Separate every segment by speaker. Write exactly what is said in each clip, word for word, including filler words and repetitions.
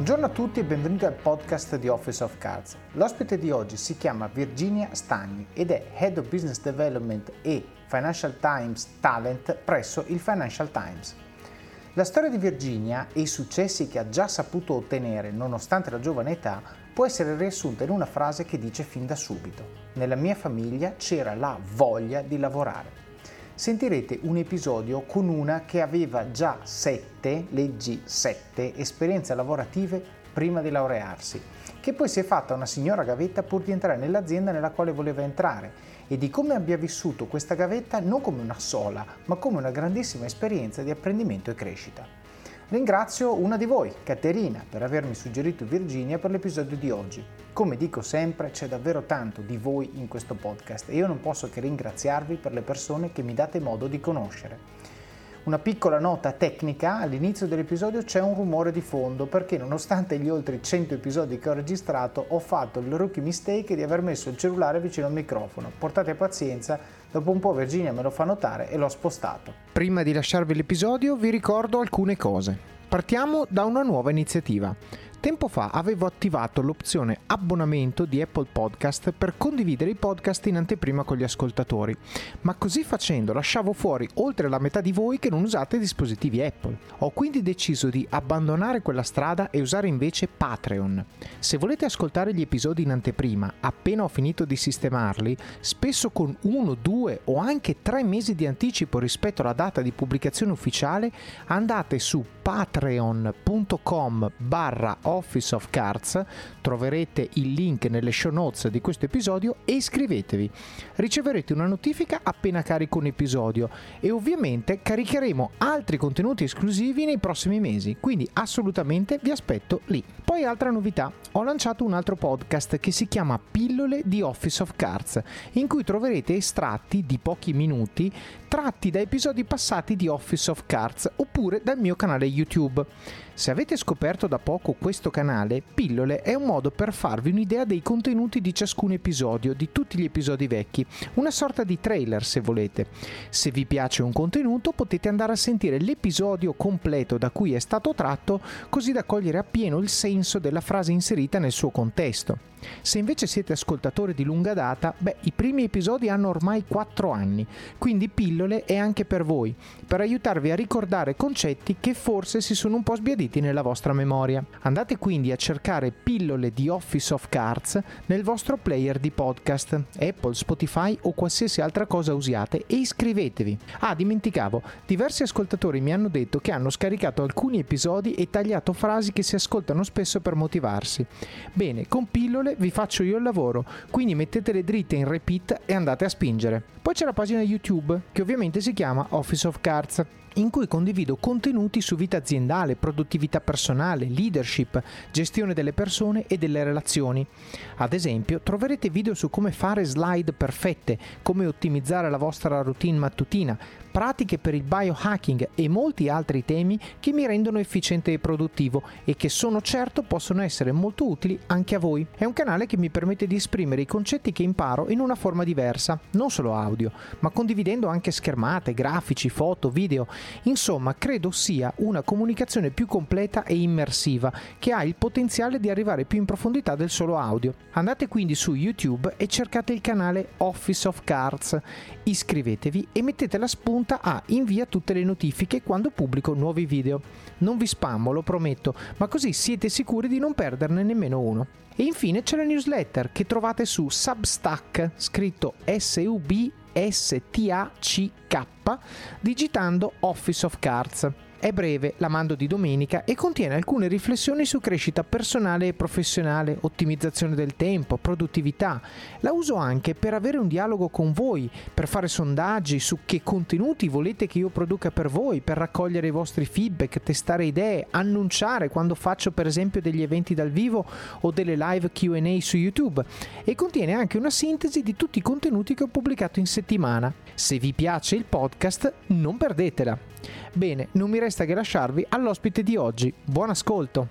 Speaker 1: Buongiorno a tutti e benvenuti al podcast di Office of Cards. L'ospite di oggi si chiama Virginia Stagni ed è Head of Business Development e Financial Times Talent presso il Financial Times. La storia di Virginia e i successi che ha già saputo ottenere nonostante la giovane età può essere riassunta in una frase che dice fin da subito: nella mia famiglia c'era la voglia di lavorare. Sentirete un episodio con una che aveva già sette, leggi sette, esperienze lavorative prima di laurearsi, che poi si è fatta una signora gavetta pur di entrare nell'azienda nella quale voleva entrare, e di come abbia vissuto questa gavetta non come una sola, ma come una grandissima esperienza di apprendimento e crescita. Ringrazio una di voi, Caterina, per avermi suggerito Virginia per l'episodio di oggi. Come dico sempre, c'è davvero tanto di voi in questo podcast e io non posso che ringraziarvi per le persone che mi date modo di conoscere. Una piccola nota tecnica: all'inizio dell'episodio c'è un rumore di fondo perché nonostante gli oltre cento episodi che ho registrato ho fatto il rookie mistake di aver messo il cellulare vicino al microfono. Portate pazienza, dopo un po' Virginia me lo fa notare e l'ho spostato. Prima di lasciarvi l'episodio vi ricordo alcune cose. Partiamo da una nuova iniziativa. Tempo fa avevo attivato l'opzione abbonamento di Apple Podcast per condividere i podcast in anteprima con gli ascoltatori, ma così facendo lasciavo fuori oltre la metà di voi che non usate dispositivi Apple. Ho quindi deciso di abbandonare quella strada e usare invece Patreon. Se volete ascoltare gli episodi in anteprima, appena ho finito di sistemarli, spesso con uno, due o anche tre mesi di anticipo rispetto alla data di pubblicazione ufficiale, andate su patreon punto com barra Office of Cards, troverete il link nelle show notes di questo episodio e iscrivetevi. Riceverete una notifica appena carico un episodio e ovviamente caricheremo altri contenuti esclusivi nei prossimi mesi, quindi assolutamente vi aspetto lì. Poi altra novità, ho lanciato un altro podcast che si chiama Pillole di Office of Cards, in cui troverete estratti di pochi minuti tratti da episodi passati di Office of Cards oppure dal mio canale YouTube. Se avete scoperto da poco questo canale, Pillole è un modo per farvi un'idea dei contenuti di ciascun episodio, di tutti gli episodi vecchi, una sorta di trailer se volete. Se vi piace un contenuto potete andare a sentire l'episodio completo da cui è stato tratto, così da cogliere appieno il senso della frase inserita nel suo contesto. Se invece siete ascoltatori di lunga data, beh, i primi episodi hanno ormai quattro anni, quindi Pillole è anche per voi, per aiutarvi a ricordare concetti che forse si sono un po' sbiaditi nella vostra memoria. Andate quindi a cercare Pillole di Office of Cards nel vostro player di podcast, Apple, Spotify o qualsiasi altra cosa usiate, e iscrivetevi. Ah, dimenticavo, diversi ascoltatori mi hanno detto che hanno scaricato alcuni episodi e tagliato frasi che si ascoltano spesso per motivarsi. Bene, con Pillole vi faccio io il lavoro, quindi mettetele dritte in repeat e andate a spingere. Poi c'è la pagina YouTube, che ovviamente si chiama Office of Cards, in cui condivido contenuti su vita aziendale, produttività personale, leadership, gestione delle persone e delle relazioni. Ad esempio, troverete video su come fare slide perfette, come ottimizzare la vostra routine mattutina, pratiche per il biohacking e molti altri temi che mi rendono efficiente e produttivo e che sono certo possono essere molto utili anche a voi. È un canale che mi permette di esprimere i concetti che imparo in una forma diversa, non solo audio, ma condividendo anche schermate, grafici, foto, video. Insomma, credo sia una comunicazione più completa e immersiva che ha il potenziale di arrivare più in profondità del solo audio. Andate quindi su YouTube e cercate il canale Office of Cards, iscrivetevi e mettete la spunta a invia tutte le notifiche quando pubblico nuovi video. Non vi spammo, lo prometto, ma così siete sicuri di non perderne nemmeno uno. E infine c'è la newsletter che trovate su Substack, scritto S U B S T A C K, digitando Office of Cards. È breve, la mando di domenica e contiene alcune riflessioni su crescita personale e professionale, ottimizzazione del tempo, produttività. La uso anche per avere un dialogo con voi, per fare sondaggi su che contenuti volete che io produca per voi, per raccogliere i vostri feedback, testare idee, annunciare quando faccio per esempio degli eventi dal vivo o delle live Q and A su YouTube, e contiene anche una sintesi di tutti i contenuti che ho pubblicato in settimana. Se vi piace il podcast, non perdetela. Bene, non mi resta che lasciarvi all'ospite di oggi. Buon ascolto!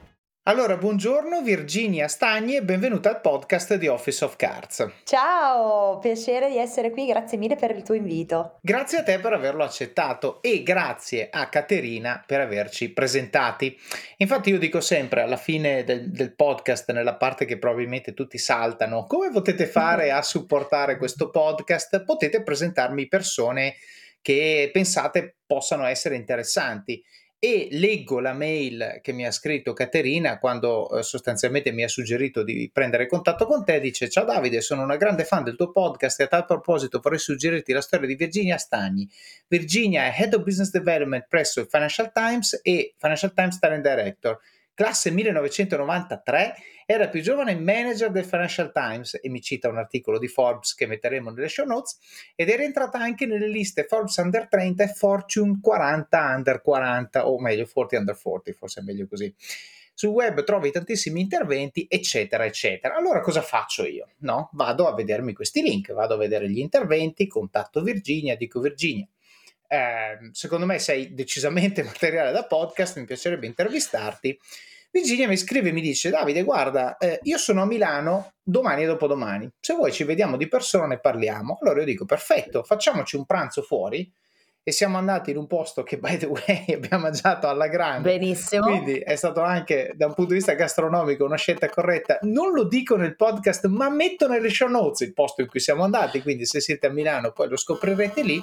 Speaker 1: Allora, buongiorno Virginia Stagni e benvenuta al podcast di Office of Cards.
Speaker 2: Ciao, piacere di essere qui, grazie mille per il tuo invito.
Speaker 1: Grazie a te per averlo accettato e grazie a Caterina per averci presentati. Infatti io dico sempre alla fine del, del podcast, nella parte che probabilmente tutti saltano, come potete fare a supportare questo podcast? Potete presentarmi persone che pensate possano essere interessanti. E leggo la mail che mi ha scritto Caterina quando eh, sostanzialmente mi ha suggerito di prendere contatto con te. Dice: ciao Davide, sono una grande fan del tuo podcast e a tal proposito vorrei suggerirti la storia di Virginia Stagni. Virginia è Head of Business Development presso il Financial Times e Financial Times Talent Director. Classe millenovecentonovantatré, era più giovane manager del Financial Times e mi cita un articolo di Forbes che metteremo nelle show notes, ed era entrata anche nelle liste Forbes Under trenta e Fortune quaranta Under quaranta, o meglio quaranta Under quaranta, forse è meglio così. Sul web trovi tantissimi interventi, eccetera, eccetera. Allora cosa faccio io? No? Vado a vedermi questi link, vado a vedere gli interventi, contatto Virginia, dico: Virginia, eh, secondo me sei decisamente materiale da podcast, mi piacerebbe intervistarti. Virginia mi scrive e mi dice: Davide, guarda, eh, io sono a Milano domani e dopodomani, se vuoi ci vediamo di persona e parliamo. Allora io dico: perfetto, facciamoci un pranzo fuori. E siamo andati in un posto che, by the way, abbiamo mangiato alla grande.
Speaker 2: Benissimo.
Speaker 1: Quindi è stato anche da un punto di vista gastronomico una scelta corretta. Non lo dico nel podcast, ma metto nelle show notes il posto in cui siamo andati, quindi se siete a Milano poi lo scoprirete lì.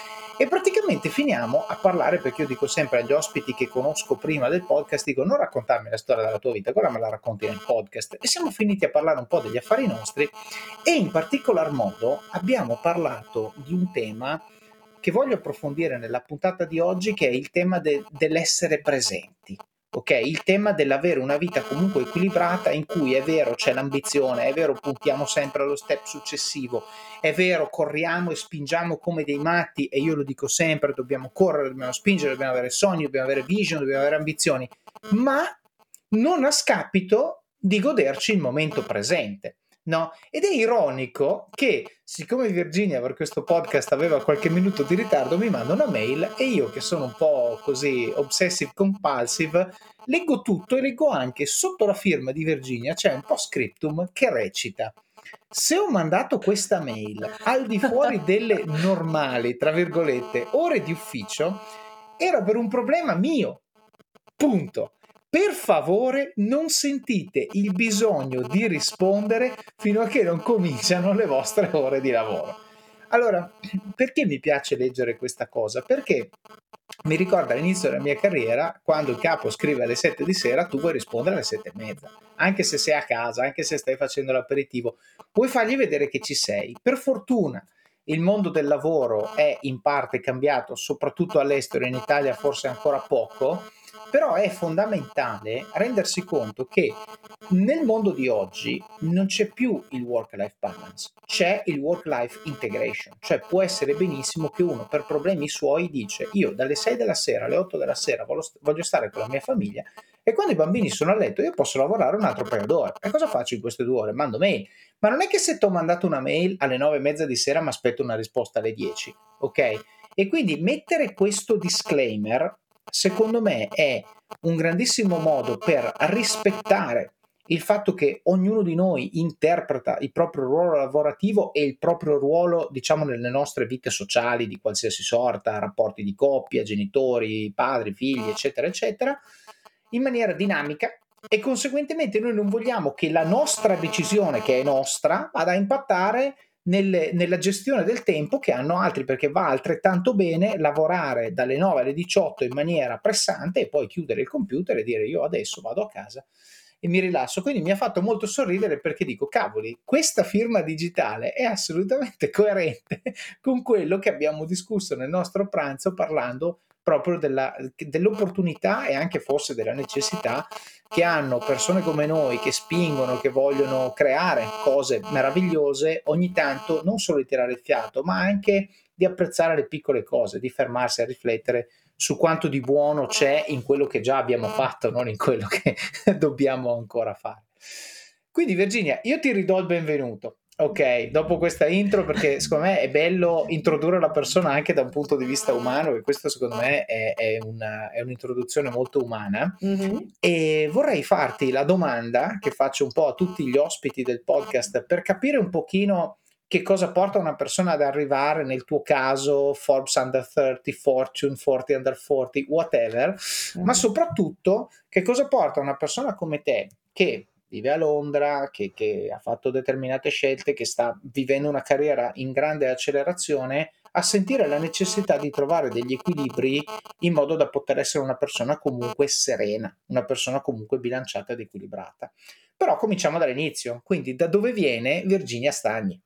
Speaker 1: E praticamente finiamo a parlare, perché io dico sempre agli ospiti che conosco prima del podcast, dico: non raccontarmi la storia della tua vita, quella me la racconti nel podcast. E siamo finiti a parlare un po' degli affari nostri e in particolar modo abbiamo parlato di un tema che voglio approfondire nella puntata di oggi, che è il tema de- dell'essere presenti. Ok, il tema dell'avere una vita comunque equilibrata, in cui è vero c'è l'ambizione, è vero puntiamo sempre allo step successivo, è vero corriamo e spingiamo come dei matti, e io lo dico sempre: dobbiamo correre, dobbiamo spingere, dobbiamo avere sogni, dobbiamo avere vision, dobbiamo avere ambizioni, ma non a scapito di goderci il momento presente. No? Ed è ironico che, siccome Virginia per questo podcast aveva qualche minuto di ritardo, mi manda una mail e io, che sono un po' così obsessive compulsive, leggo tutto e leggo anche sotto la firma di Virginia c'è un post-scriptum che recita: se ho mandato questa mail al di fuori delle normali, tra virgolette, ore di ufficio, era per un problema mio. Punto. Per favore non sentite il bisogno di rispondere fino a che non cominciano le vostre ore di lavoro. Allora, perché mi piace leggere questa cosa? Perché mi ricorda l'inizio della mia carriera, quando il capo scrive alle sette di sera, tu vuoi rispondere alle sette e mezza, anche se sei a casa, anche se stai facendo l'aperitivo, puoi fargli vedere che ci sei. Per fortuna il mondo del lavoro è in parte cambiato, soprattutto all'estero, in Italia forse ancora poco, però è fondamentale rendersi conto che nel mondo di oggi non c'è più il work-life balance, c'è il work-life integration, cioè può essere benissimo che uno per problemi suoi dice: io dalle sei della sera alle otto della sera voglio stare con la mia famiglia, e quando i bambini sono a letto io posso lavorare un altro paio d'ore. E cosa faccio in queste due ore? Mando mail. Ma non è che se ti ho mandato una mail alle nove e mezza di sera mi aspetto una risposta alle dieci, ok? E quindi mettere questo disclaimer, secondo me, è un grandissimo modo per rispettare il fatto che ognuno di noi interpreta il proprio ruolo lavorativo e il proprio ruolo, diciamo, nelle nostre vite sociali di qualsiasi sorta, rapporti di coppia, genitori, padri, figli, eccetera, eccetera, in maniera dinamica, e conseguentemente noi non vogliamo che la nostra decisione, che è nostra, vada a impattare nelle, nella gestione del tempo che hanno altri, perché va altrettanto bene lavorare dalle nove alle diciotto in maniera pressante e poi chiudere il computer e dire: io adesso vado a casa e mi rilasso. Quindi mi ha fatto molto sorridere, perché dico: cavoli, questa firma digitale è assolutamente coerente con quello che abbiamo discusso nel nostro pranzo, parlando proprio della, dell'opportunità e anche forse della necessità che hanno persone come noi, che spingono, che vogliono creare cose meravigliose, ogni tanto non solo di tirare il fiato, ma anche di apprezzare le piccole cose, di fermarsi a riflettere su quanto di buono c'è in quello che già abbiamo fatto, non in quello che dobbiamo ancora fare. Quindi Virginia, io ti ridò il benvenuto. Ok, dopo questa intro, perché secondo me è bello introdurre la persona anche da un punto di vista umano, e questo secondo me è, è una- è un'introduzione molto umana.
Speaker 2: Mhm.
Speaker 1: E vorrei farti la domanda che faccio un po' a tutti gli ospiti del podcast per capire un pochino che cosa porta una persona ad arrivare, nel tuo caso, Forbes Under trenta, Fortune quaranta Under quaranta, whatever, ma
Speaker 2: Mhm.
Speaker 1: soprattutto che cosa porta una persona come te che vive a Londra, che, che ha fatto determinate scelte, che sta vivendo una carriera in grande accelerazione, a sentire la necessità di trovare degli equilibri in modo da poter essere una persona comunque serena, una persona comunque bilanciata ed equilibrata. Però cominciamo dall'inizio, quindi da dove viene Virginia Stagni?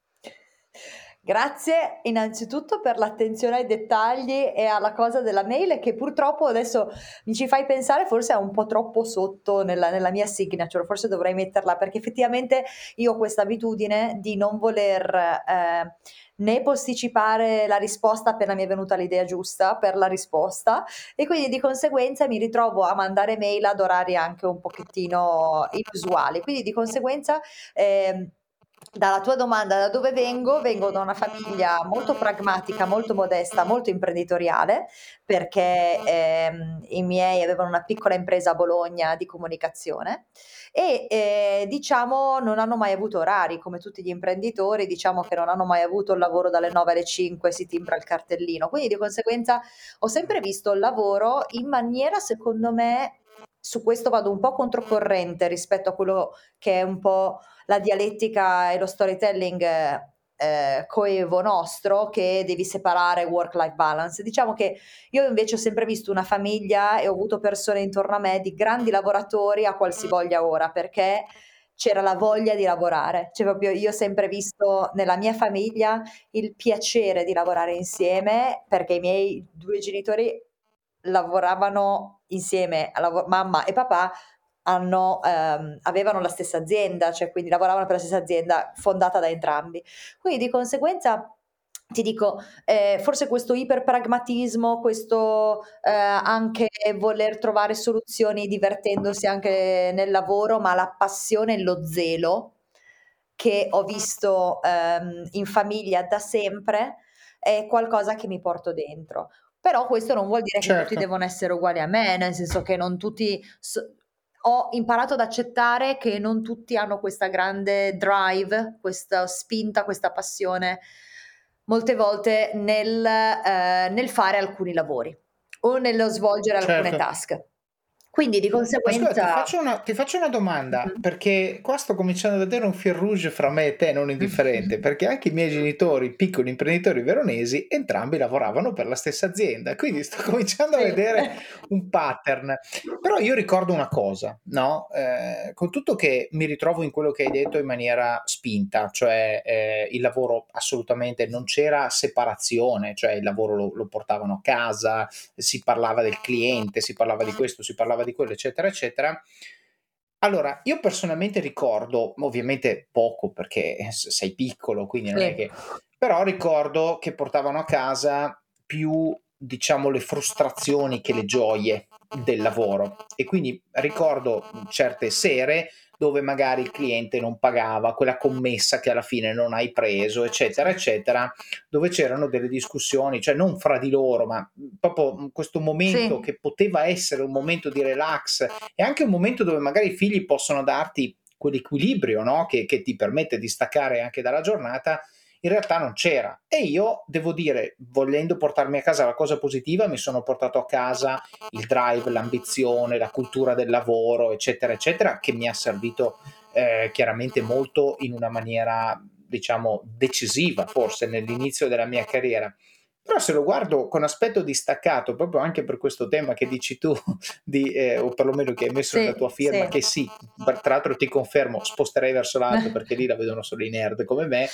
Speaker 2: Grazie innanzitutto per l'attenzione ai dettagli e alla cosa della mail che purtroppo adesso mi ci fai pensare, forse è un po' troppo sotto nella, nella mia signature, forse dovrei metterla, perché effettivamente io ho questa abitudine di non voler eh, né posticipare la risposta appena mi è venuta l'idea giusta per la risposta, e quindi di conseguenza mi ritrovo a mandare mail ad orari anche un pochettino inusuali. Quindi di conseguenza ehm, dalla tua domanda da dove vengo, vengo da una famiglia molto pragmatica, molto modesta, molto imprenditoriale, perché ehm, i miei avevano una piccola impresa a Bologna di comunicazione e eh, diciamo non hanno mai avuto orari, come tutti gli imprenditori, diciamo che non hanno mai avuto il lavoro dalle nove alle cinque, si timbra il cartellino, quindi di conseguenza ho sempre visto il lavoro in maniera, secondo me, su questo vado un po' controcorrente rispetto a quello che è un po' la dialettica e lo storytelling eh, coevo nostro, che devi separare work-life balance. Diciamo che io invece ho sempre visto una famiglia e ho avuto persone intorno a me di grandi lavoratori a qualsivoglia ora, perché c'era la voglia di lavorare. Cioè proprio io ho sempre visto nella mia famiglia il piacere di lavorare insieme, perché i miei due genitori lavoravano insieme, lavo- mamma e papà hanno, ehm, avevano la stessa azienda, cioè quindi lavoravano per la stessa azienda fondata da entrambi. Quindi di conseguenza ti dico, eh, forse questo iperpragmatismo, questo eh, anche voler trovare soluzioni divertendosi anche nel lavoro, ma la passione e lo zelo che ho visto ehm, in famiglia da sempre è qualcosa che mi porto dentro. Però questo non vuol dire che tutti
Speaker 1: Certo.
Speaker 2: devono essere uguali a me, nel senso che non tutti... so- ho imparato ad accettare che non tutti hanno questa grande drive, questa spinta, questa passione, molte volte nel, eh, nel fare alcuni lavori o nello svolgere alcune
Speaker 1: Certo.
Speaker 2: task. Quindi di
Speaker 1: Ma scusa, ti
Speaker 2: conseguenza...
Speaker 1: faccio una, ti faccio una domanda,
Speaker 2: Mhm.
Speaker 1: perché qua sto cominciando a vedere un fil rouge fra me e te non indifferente, perché anche i miei genitori, piccoli imprenditori veronesi, entrambi lavoravano per la stessa azienda, quindi sto cominciando a
Speaker 2: Sì.
Speaker 1: vedere un pattern. Però io ricordo una cosa, no? Eh, con tutto che mi ritrovo in quello che hai detto in maniera spinta, cioè eh, il lavoro assolutamente non c'era separazione, cioè il lavoro lo, lo portavano a casa, si parlava del cliente, si parlava di questo, si parlava di quello, eccetera, eccetera. Allora, io personalmente ricordo, ovviamente poco perché s- sei piccolo, quindi non è
Speaker 2: Sì.
Speaker 1: che, però ricordo che portavano a casa più, diciamo, le frustrazioni che le gioie del lavoro. E quindi ricordo certe sere dove magari il cliente non pagava quella commessa che alla fine non hai preso, eccetera, eccetera, dove c'erano delle discussioni, cioè non fra di loro, ma proprio questo momento
Speaker 2: Sì.
Speaker 1: che poteva essere un momento di relax e anche un momento dove magari i figli possono darti quell'equilibrio, no? che, che ti permette di staccare anche dalla giornata, in realtà non c'era. E io devo dire, volendo portarmi a casa la cosa positiva, mi sono portato a casa il drive, l'ambizione, la cultura del lavoro, eccetera, eccetera, che mi ha servito eh, chiaramente molto in una maniera, diciamo, decisiva, forse nell'inizio della mia carriera. Però se lo guardo con aspetto distaccato, proprio anche per questo tema che dici tu, di, eh, o perlomeno che hai messo nella tua
Speaker 2: Sì,
Speaker 1: firma,
Speaker 2: sì.
Speaker 1: che sì, tra l'altro ti confermo, sposterei verso l'alto perché lì la vedono solo i nerd come me,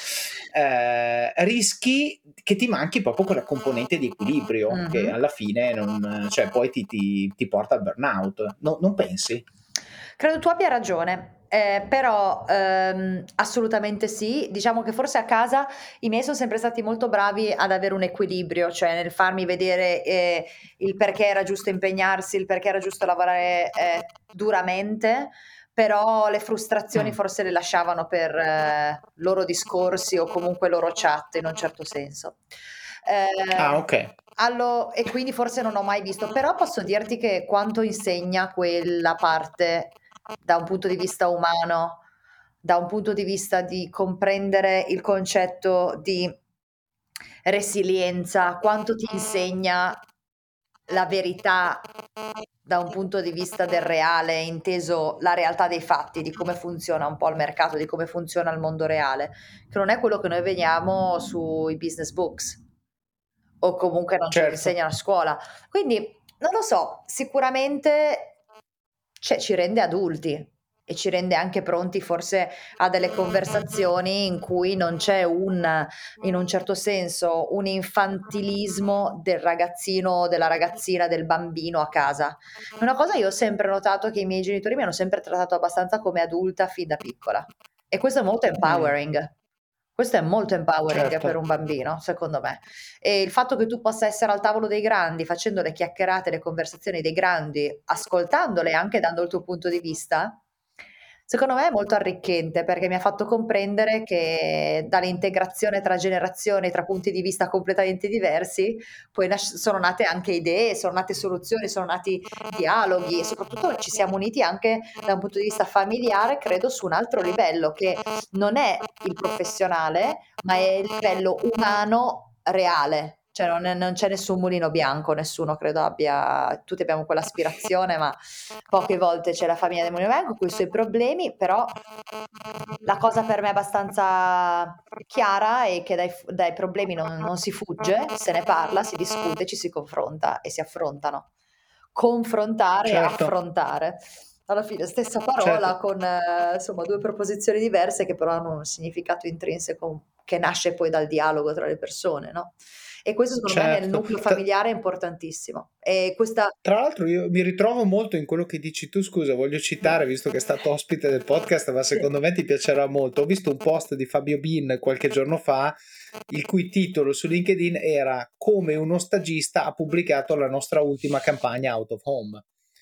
Speaker 1: eh, rischi che ti manchi proprio quella componente di equilibrio che
Speaker 2: Mhm.
Speaker 1: alla fine non, cioè, poi ti, ti, ti porta al burnout. No, non pensi?
Speaker 2: Credo tu abbia ragione, eh, però ehm, assolutamente sì. Diciamo che forse a casa i miei sono sempre stati molto bravi ad avere un equilibrio, cioè nel farmi vedere eh, il perché era giusto impegnarsi, il perché era giusto lavorare eh, duramente, però le frustrazioni
Speaker 1: Mm.
Speaker 2: forse le lasciavano per eh, loro discorsi o comunque loro chat in un certo senso. Eh,
Speaker 1: Ah, ok.
Speaker 2: allo- e quindi forse non ho mai visto, però posso dirti che quanto insegna quella parte da un punto di vista umano, da un punto di vista di comprendere il concetto di resilienza, quanto ti insegna la verità da un punto di vista del reale, inteso la realtà dei fatti, di come funziona un po' il mercato, di come funziona il mondo reale, che non è quello che noi vediamo sui business books o comunque non ce lo
Speaker 1: Certo.
Speaker 2: insegnano a scuola. Quindi non lo so, sicuramente cioè, ci rende adulti e ci rende anche pronti forse a delle conversazioni in cui non c'è un, in un certo senso, un infantilismo del ragazzino o della ragazzina, del bambino a casa. Una cosa io ho sempre notato che i miei genitori mi hanno sempre trattato abbastanza come adulta fin da piccola e questo è molto
Speaker 1: Mm,
Speaker 2: empowering. Questo è molto empowering per
Speaker 1: certo.
Speaker 2: un bambino, secondo me. E il fatto che tu possa essere al tavolo dei grandi, facendo le chiacchierate, le conversazioni dei grandi, ascoltandole e anche dando il tuo punto di vista, secondo me è molto arricchente perché mi ha fatto comprendere che dall'integrazione tra generazioni, tra punti di vista completamente diversi, poi nas- sono nate anche idee, sono nate soluzioni, sono nati dialoghi e soprattutto ci siamo uniti anche da un punto di vista familiare, credo, su un altro livello che non è il professionale, ma è il livello umano reale. Cioè non, è- non c'è nessun mulino bianco, nessuno credo abbia, tutti abbiamo quell'aspirazione, ma poche volte c'è la famiglia del mulino bianco con i suoi problemi, però la cosa per me abbastanza chiara è che dai, dai problemi non, non si fugge, se ne parla, si discute, ci si confronta e si affrontano. Confrontare e
Speaker 1: Certo.
Speaker 2: affrontare. Alla fine stessa parola
Speaker 1: Certo.
Speaker 2: con eh, insomma due proposizioni diverse che però hanno un significato intrinseco che nasce poi dal dialogo tra le persone, no? E questo secondo me nel
Speaker 1: Certo.
Speaker 2: nucleo
Speaker 1: Tra,
Speaker 2: familiare è importantissimo. E questa
Speaker 1: tra l'altro io mi ritrovo molto in quello che dici tu, scusa, voglio citare, visto che è stato ospite del podcast, ma
Speaker 2: sì.
Speaker 1: secondo me ti piacerà molto. Ho visto un post di Fabio Bin qualche giorno fa, il cui titolo su LinkedIn era "Come uno stagista ha pubblicato la nostra ultima campagna out of home".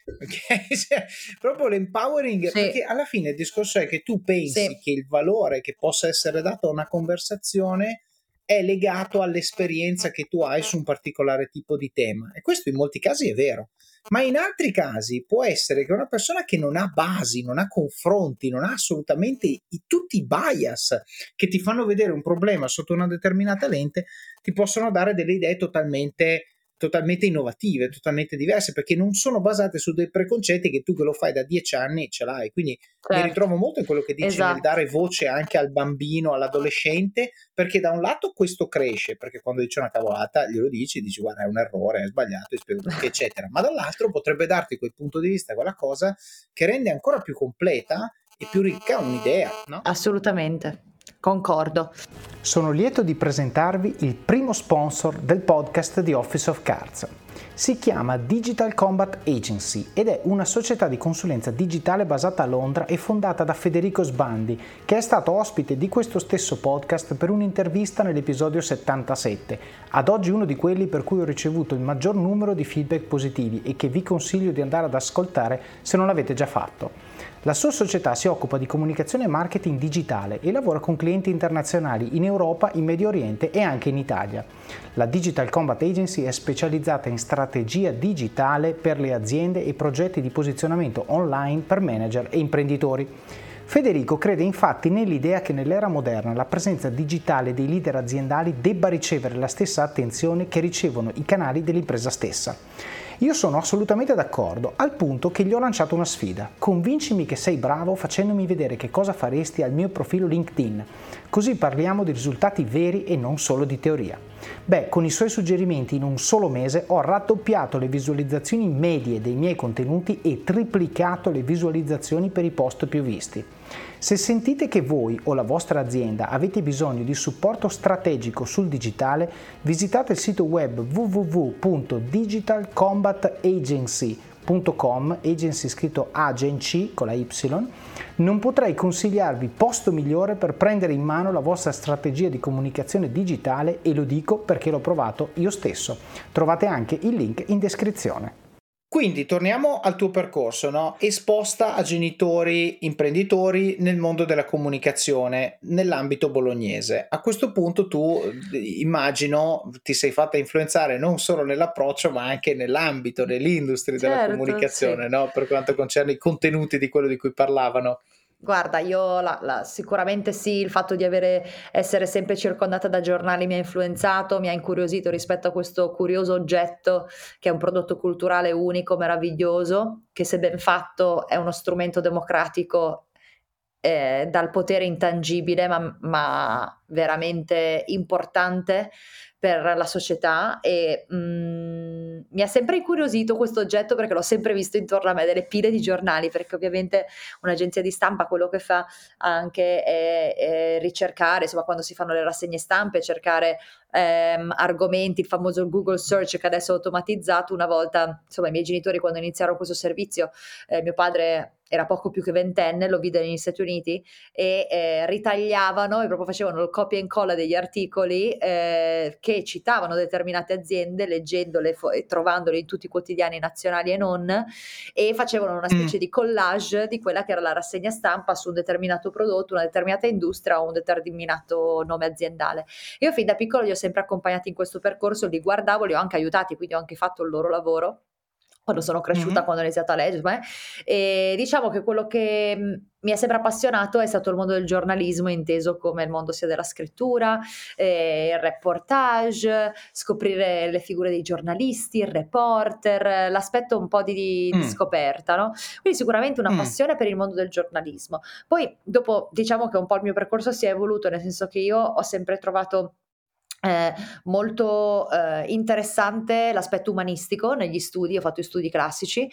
Speaker 1: Ok? Cioè, proprio l'empowering,
Speaker 2: Sì,
Speaker 1: perché alla fine il discorso è che tu pensi
Speaker 2: sì,
Speaker 1: che il valore che possa essere dato a una conversazione è legato all'esperienza che tu hai su un particolare tipo di tema, e questo in molti casi è vero, ma in altri casi può essere che una persona che non ha basi, non ha confronti, non ha assolutamente i, tutti i bias che ti fanno vedere un problema sotto una determinata lente, ti possono dare delle idee totalmente totalmente innovative, totalmente diverse, perché non sono basate su dei preconcetti che tu che lo fai da dieci anni ce l'hai. Quindi mi
Speaker 2: certo,
Speaker 1: ritrovo molto in quello che dici nel
Speaker 2: esatto.
Speaker 1: dare voce anche al bambino, all'adolescente, perché da un lato questo cresce, perché quando dice una cavolata glielo dici, dici guarda è un errore, è sbagliato, ti spiego perché, eccetera. Ma dall'altro potrebbe darti quel punto di vista, quella cosa che rende ancora più completa e più ricca un'idea, no?
Speaker 2: Assolutamente, concordo.
Speaker 1: Sono lieto di presentarvi il primo sponsor del podcast di Office of Cards. Si chiama Digital Combat Agency ed è una società di consulenza digitale basata a Londra e fondata da Federico Sbandi, che è stato ospite di questo stesso podcast per un'intervista nell'episodio settantasette, ad oggi uno di quelli per cui ho ricevuto il maggior numero di feedback positivi e che vi consiglio di andare ad ascoltare se non l'avete già fatto. La sua società si occupa di comunicazione e marketing digitale e lavora con clienti internazionali in Europa, in Medio Oriente e anche in Italia. La Digital Combat Agency è specializzata in strategia digitale per le aziende e progetti di posizionamento online per manager e imprenditori. Federico crede infatti nell'idea che nell'era moderna la presenza digitale dei leader aziendali debba ricevere la stessa attenzione che ricevono i canali dell'impresa stessa. Io sono assolutamente d'accordo, al punto che gli ho lanciato una sfida. Convincimi che sei bravo facendomi vedere che cosa faresti al mio profilo LinkedIn, così parliamo di risultati veri e non solo di teoria. Beh, con i suoi suggerimenti in un solo mese ho raddoppiato le visualizzazioni medie dei miei contenuti e triplicato le visualizzazioni per i post più visti. Se sentite che voi o la vostra azienda avete bisogno di supporto strategico sul digitale, visitate il sito web w w w punto digital combat agency punto com, agency scritto agency con la Y. Non potrei consigliarvi posto migliore per prendere in mano la vostra strategia di comunicazione digitale e lo dico perché l'ho provato io stesso. Trovate anche il link in descrizione. Quindi torniamo al tuo percorso, no? Esposta a genitori imprenditori nel mondo della comunicazione, nell'ambito bolognese. A questo punto tu, eh, immagino, ti sei fatta influenzare non solo nell'approccio, ma anche nell'ambito, nell'industria della
Speaker 2: Certo, sì.
Speaker 1: comunicazione, no? Per quanto concerne i contenuti di quello di cui parlavano.
Speaker 2: Guarda, io la la sicuramente sì, il fatto di avere essere sempre circondata da giornali mi ha influenzato, mi ha incuriosito rispetto a questo curioso oggetto che è un prodotto culturale unico, meraviglioso, che se ben fatto è uno strumento democratico, ehm, dal potere intangibile, ma ma veramente importante per la società e, mhmm, mi ha sempre incuriosito questo oggetto perché l'ho sempre visto intorno a me, delle pile di giornali, perché ovviamente un'agenzia di stampa quello che fa anche è è ricercare, insomma quando si fanno le rassegne stampe, cercare, ehm, argomenti, il famoso Google Search che adesso è automatizzato. Una volta, insomma, i miei genitori quando iniziarono questo servizio, ehm, mio padre era poco più che ventenne, lo vide negli Stati Uniti e, ehm, ritagliavano e proprio facevano il copia e incolla degli articoli, ehm, che citavano determinate aziende, leggendole fo e trovandole in tutti i quotidiani nazionali e non, e facevano una
Speaker 1: Mm.
Speaker 2: specie di collage di quella che era la rassegna stampa su un determinato prodotto, una determinata industria o un determinato nome aziendale. Io fin da piccola li ho sempre accompagnati in questo percorso, li guardavo, li ho anche aiutati, quindi ho anche fatto il loro lavoro quando sono cresciuta,
Speaker 1: Mhm.
Speaker 2: quando ho iniziato a leggere, beh, e diciamo che quello che, mhmm, mi ha sempre appassionato è stato il mondo del giornalismo, inteso come il mondo sia della scrittura, ehm, il reportage, scoprire le figure dei giornalisti, il reporter, l'aspetto un po' di di
Speaker 1: Mm.
Speaker 2: scoperta, no, quindi sicuramente una
Speaker 1: Mm.
Speaker 2: passione per il mondo del giornalismo. Poi dopo diciamo che un po' il mio percorso si è evoluto, nel senso che io ho sempre trovato Ehm, molto, ehm, interessante l'aspetto umanistico negli studi, ho fatto gli studi classici,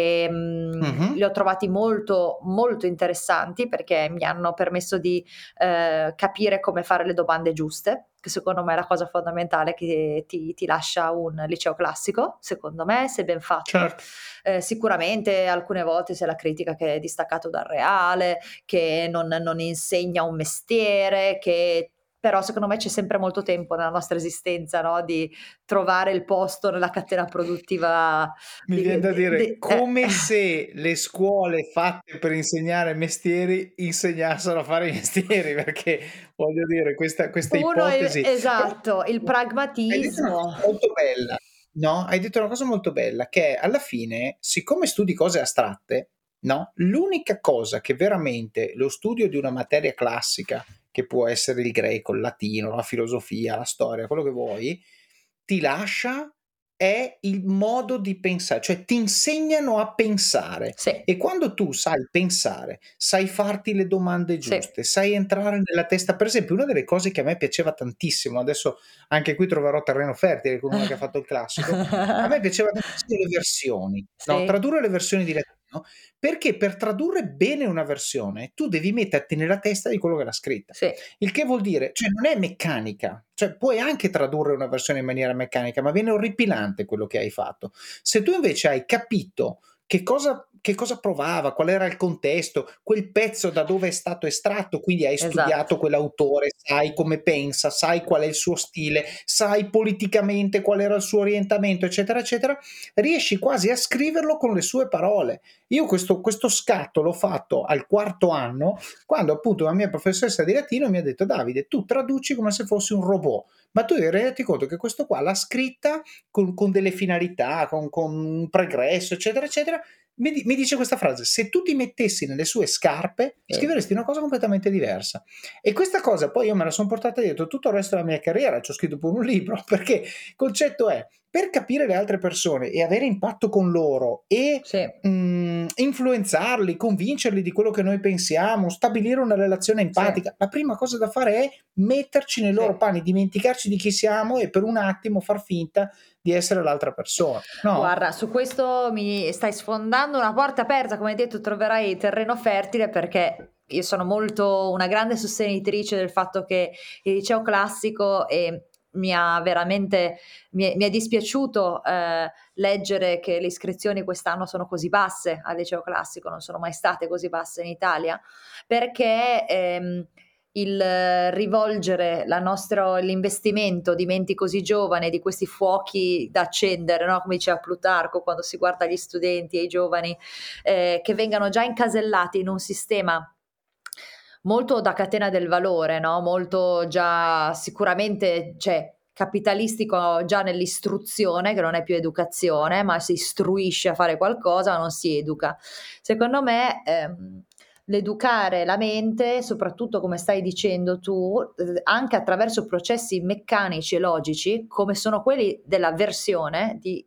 Speaker 2: ehm, li
Speaker 1: Mhm.
Speaker 2: ho trovati molto, molto interessanti perché mi hanno permesso di, ehm, capire come fare le domande giuste, che secondo me è la cosa fondamentale che ti ti lascia un liceo classico, secondo me, se ben fatto.
Speaker 1: Certo.
Speaker 2: Ehm, sicuramente alcune volte c'è la critica che è distaccato dal reale, che non non insegna un mestiere, che però secondo me c'è sempre molto tempo nella nostra esistenza, no, di trovare il posto nella catena produttiva
Speaker 1: Mi
Speaker 2: di
Speaker 1: vien da
Speaker 2: de
Speaker 1: dire,
Speaker 2: de eh.
Speaker 1: come se le scuole fatte per insegnare mestieri insegnassero a fare i mestieri, perché voglio dire questa questa
Speaker 2: Uno è
Speaker 1: ipotesi però
Speaker 2: esatto, il
Speaker 1: hai detto una
Speaker 2: pragmatismo.
Speaker 1: cosa molto bella, no, hai detto una cosa molto bella, che alla fine, siccome studi cose astratte, no, l'unica cosa che veramente lo studio di una materia classica, che può essere il greco, il latino, la filosofia, la storia, quello che vuoi, ti lascia è il modo di pensare, cioè ti insegnano a pensare
Speaker 2: Sì,
Speaker 1: e quando tu sai pensare, sai farti le domande
Speaker 2: sì.
Speaker 1: giuste, sai entrare nella testa per esempio una delle cose che a me piaceva tantissimo, adesso anche qui troverò terreno fertile con una che ha fatto il classico, a me piaceva tantissimo le versioni, no,
Speaker 2: Sì,
Speaker 1: tradurre le versioni di latino, perché per tradurre bene una versione tu devi metterti nella testa di quello che l'ha scritta.
Speaker 2: sì,
Speaker 1: Il che vuol dire, cioè non è meccanica, cioè puoi anche tradurre una versione in maniera meccanica, ma viene orripilante quello che hai fatto. Se tu invece hai capito che cosa, che cosa provava, qual era il contesto, quel pezzo da dove è stato estratto, quindi hai
Speaker 2: esatto.
Speaker 1: studiato quell'autore, sai come pensa, sai qual è il suo stile, sai politicamente qual era il suo orientamento, eccetera, eccetera, riesci quasi a scriverlo con le sue parole. Io questo, questo scatto l'ho fatto al quarto anno, quando appunto la mia professoressa di latino mi ha detto: Davide, tu traduci come se fossi un robot, ma tu devi renderti conto che questo qua l'ha scritta con, con delle finalità, con, con un pregresso, eccetera, eccetera. Mi, di- mi dice questa frase: se tu ti mettessi nelle sue scarpe,
Speaker 2: Sì,
Speaker 1: scriveresti una cosa completamente diversa. E questa cosa poi io me la sono portata dietro tutto il resto della mia carriera, ci ho scritto pure un libro, perché il concetto è, per capire le altre persone e avere impatto con loro e
Speaker 2: sì,
Speaker 1: mh, influenzarli, convincerli di quello che noi pensiamo, stabilire una relazione
Speaker 2: sì,
Speaker 1: empatica, la prima cosa da fare è metterci nei
Speaker 2: sì.
Speaker 1: loro panni, dimenticarci di chi siamo e per un attimo far finta di essere l'altra persona, no?
Speaker 2: Guarda, su questo mi stai sfondando una porta aperta, come hai detto troverai terreno fertile perché io sono molto una grande sostenitrice del fatto che il liceo classico, ehm, mi ha veramente mi è mi è dispiaciuto, ehm, leggere che le iscrizioni quest'anno sono così basse al liceo classico, non sono mai state così basse in Italia, perché, ehm, il eh, rivolgere la nostra, l'investimento di menti così giovani, di questi fuochi da accendere, no? Come diceva Plutarco, quando si guarda gli studenti e i giovani, eh, che vengano già incasellati in un sistema molto da catena del valore, no? Molto già sicuramente, cioè, capitalistico già nell'istruzione, che non è più educazione, ma si istruisce a fare qualcosa, ma non si educa. Secondo me, ehm, l'educare la mente, soprattutto come stai dicendo tu, eh, anche attraverso processi meccanici e logici, come sono quelli della versione, di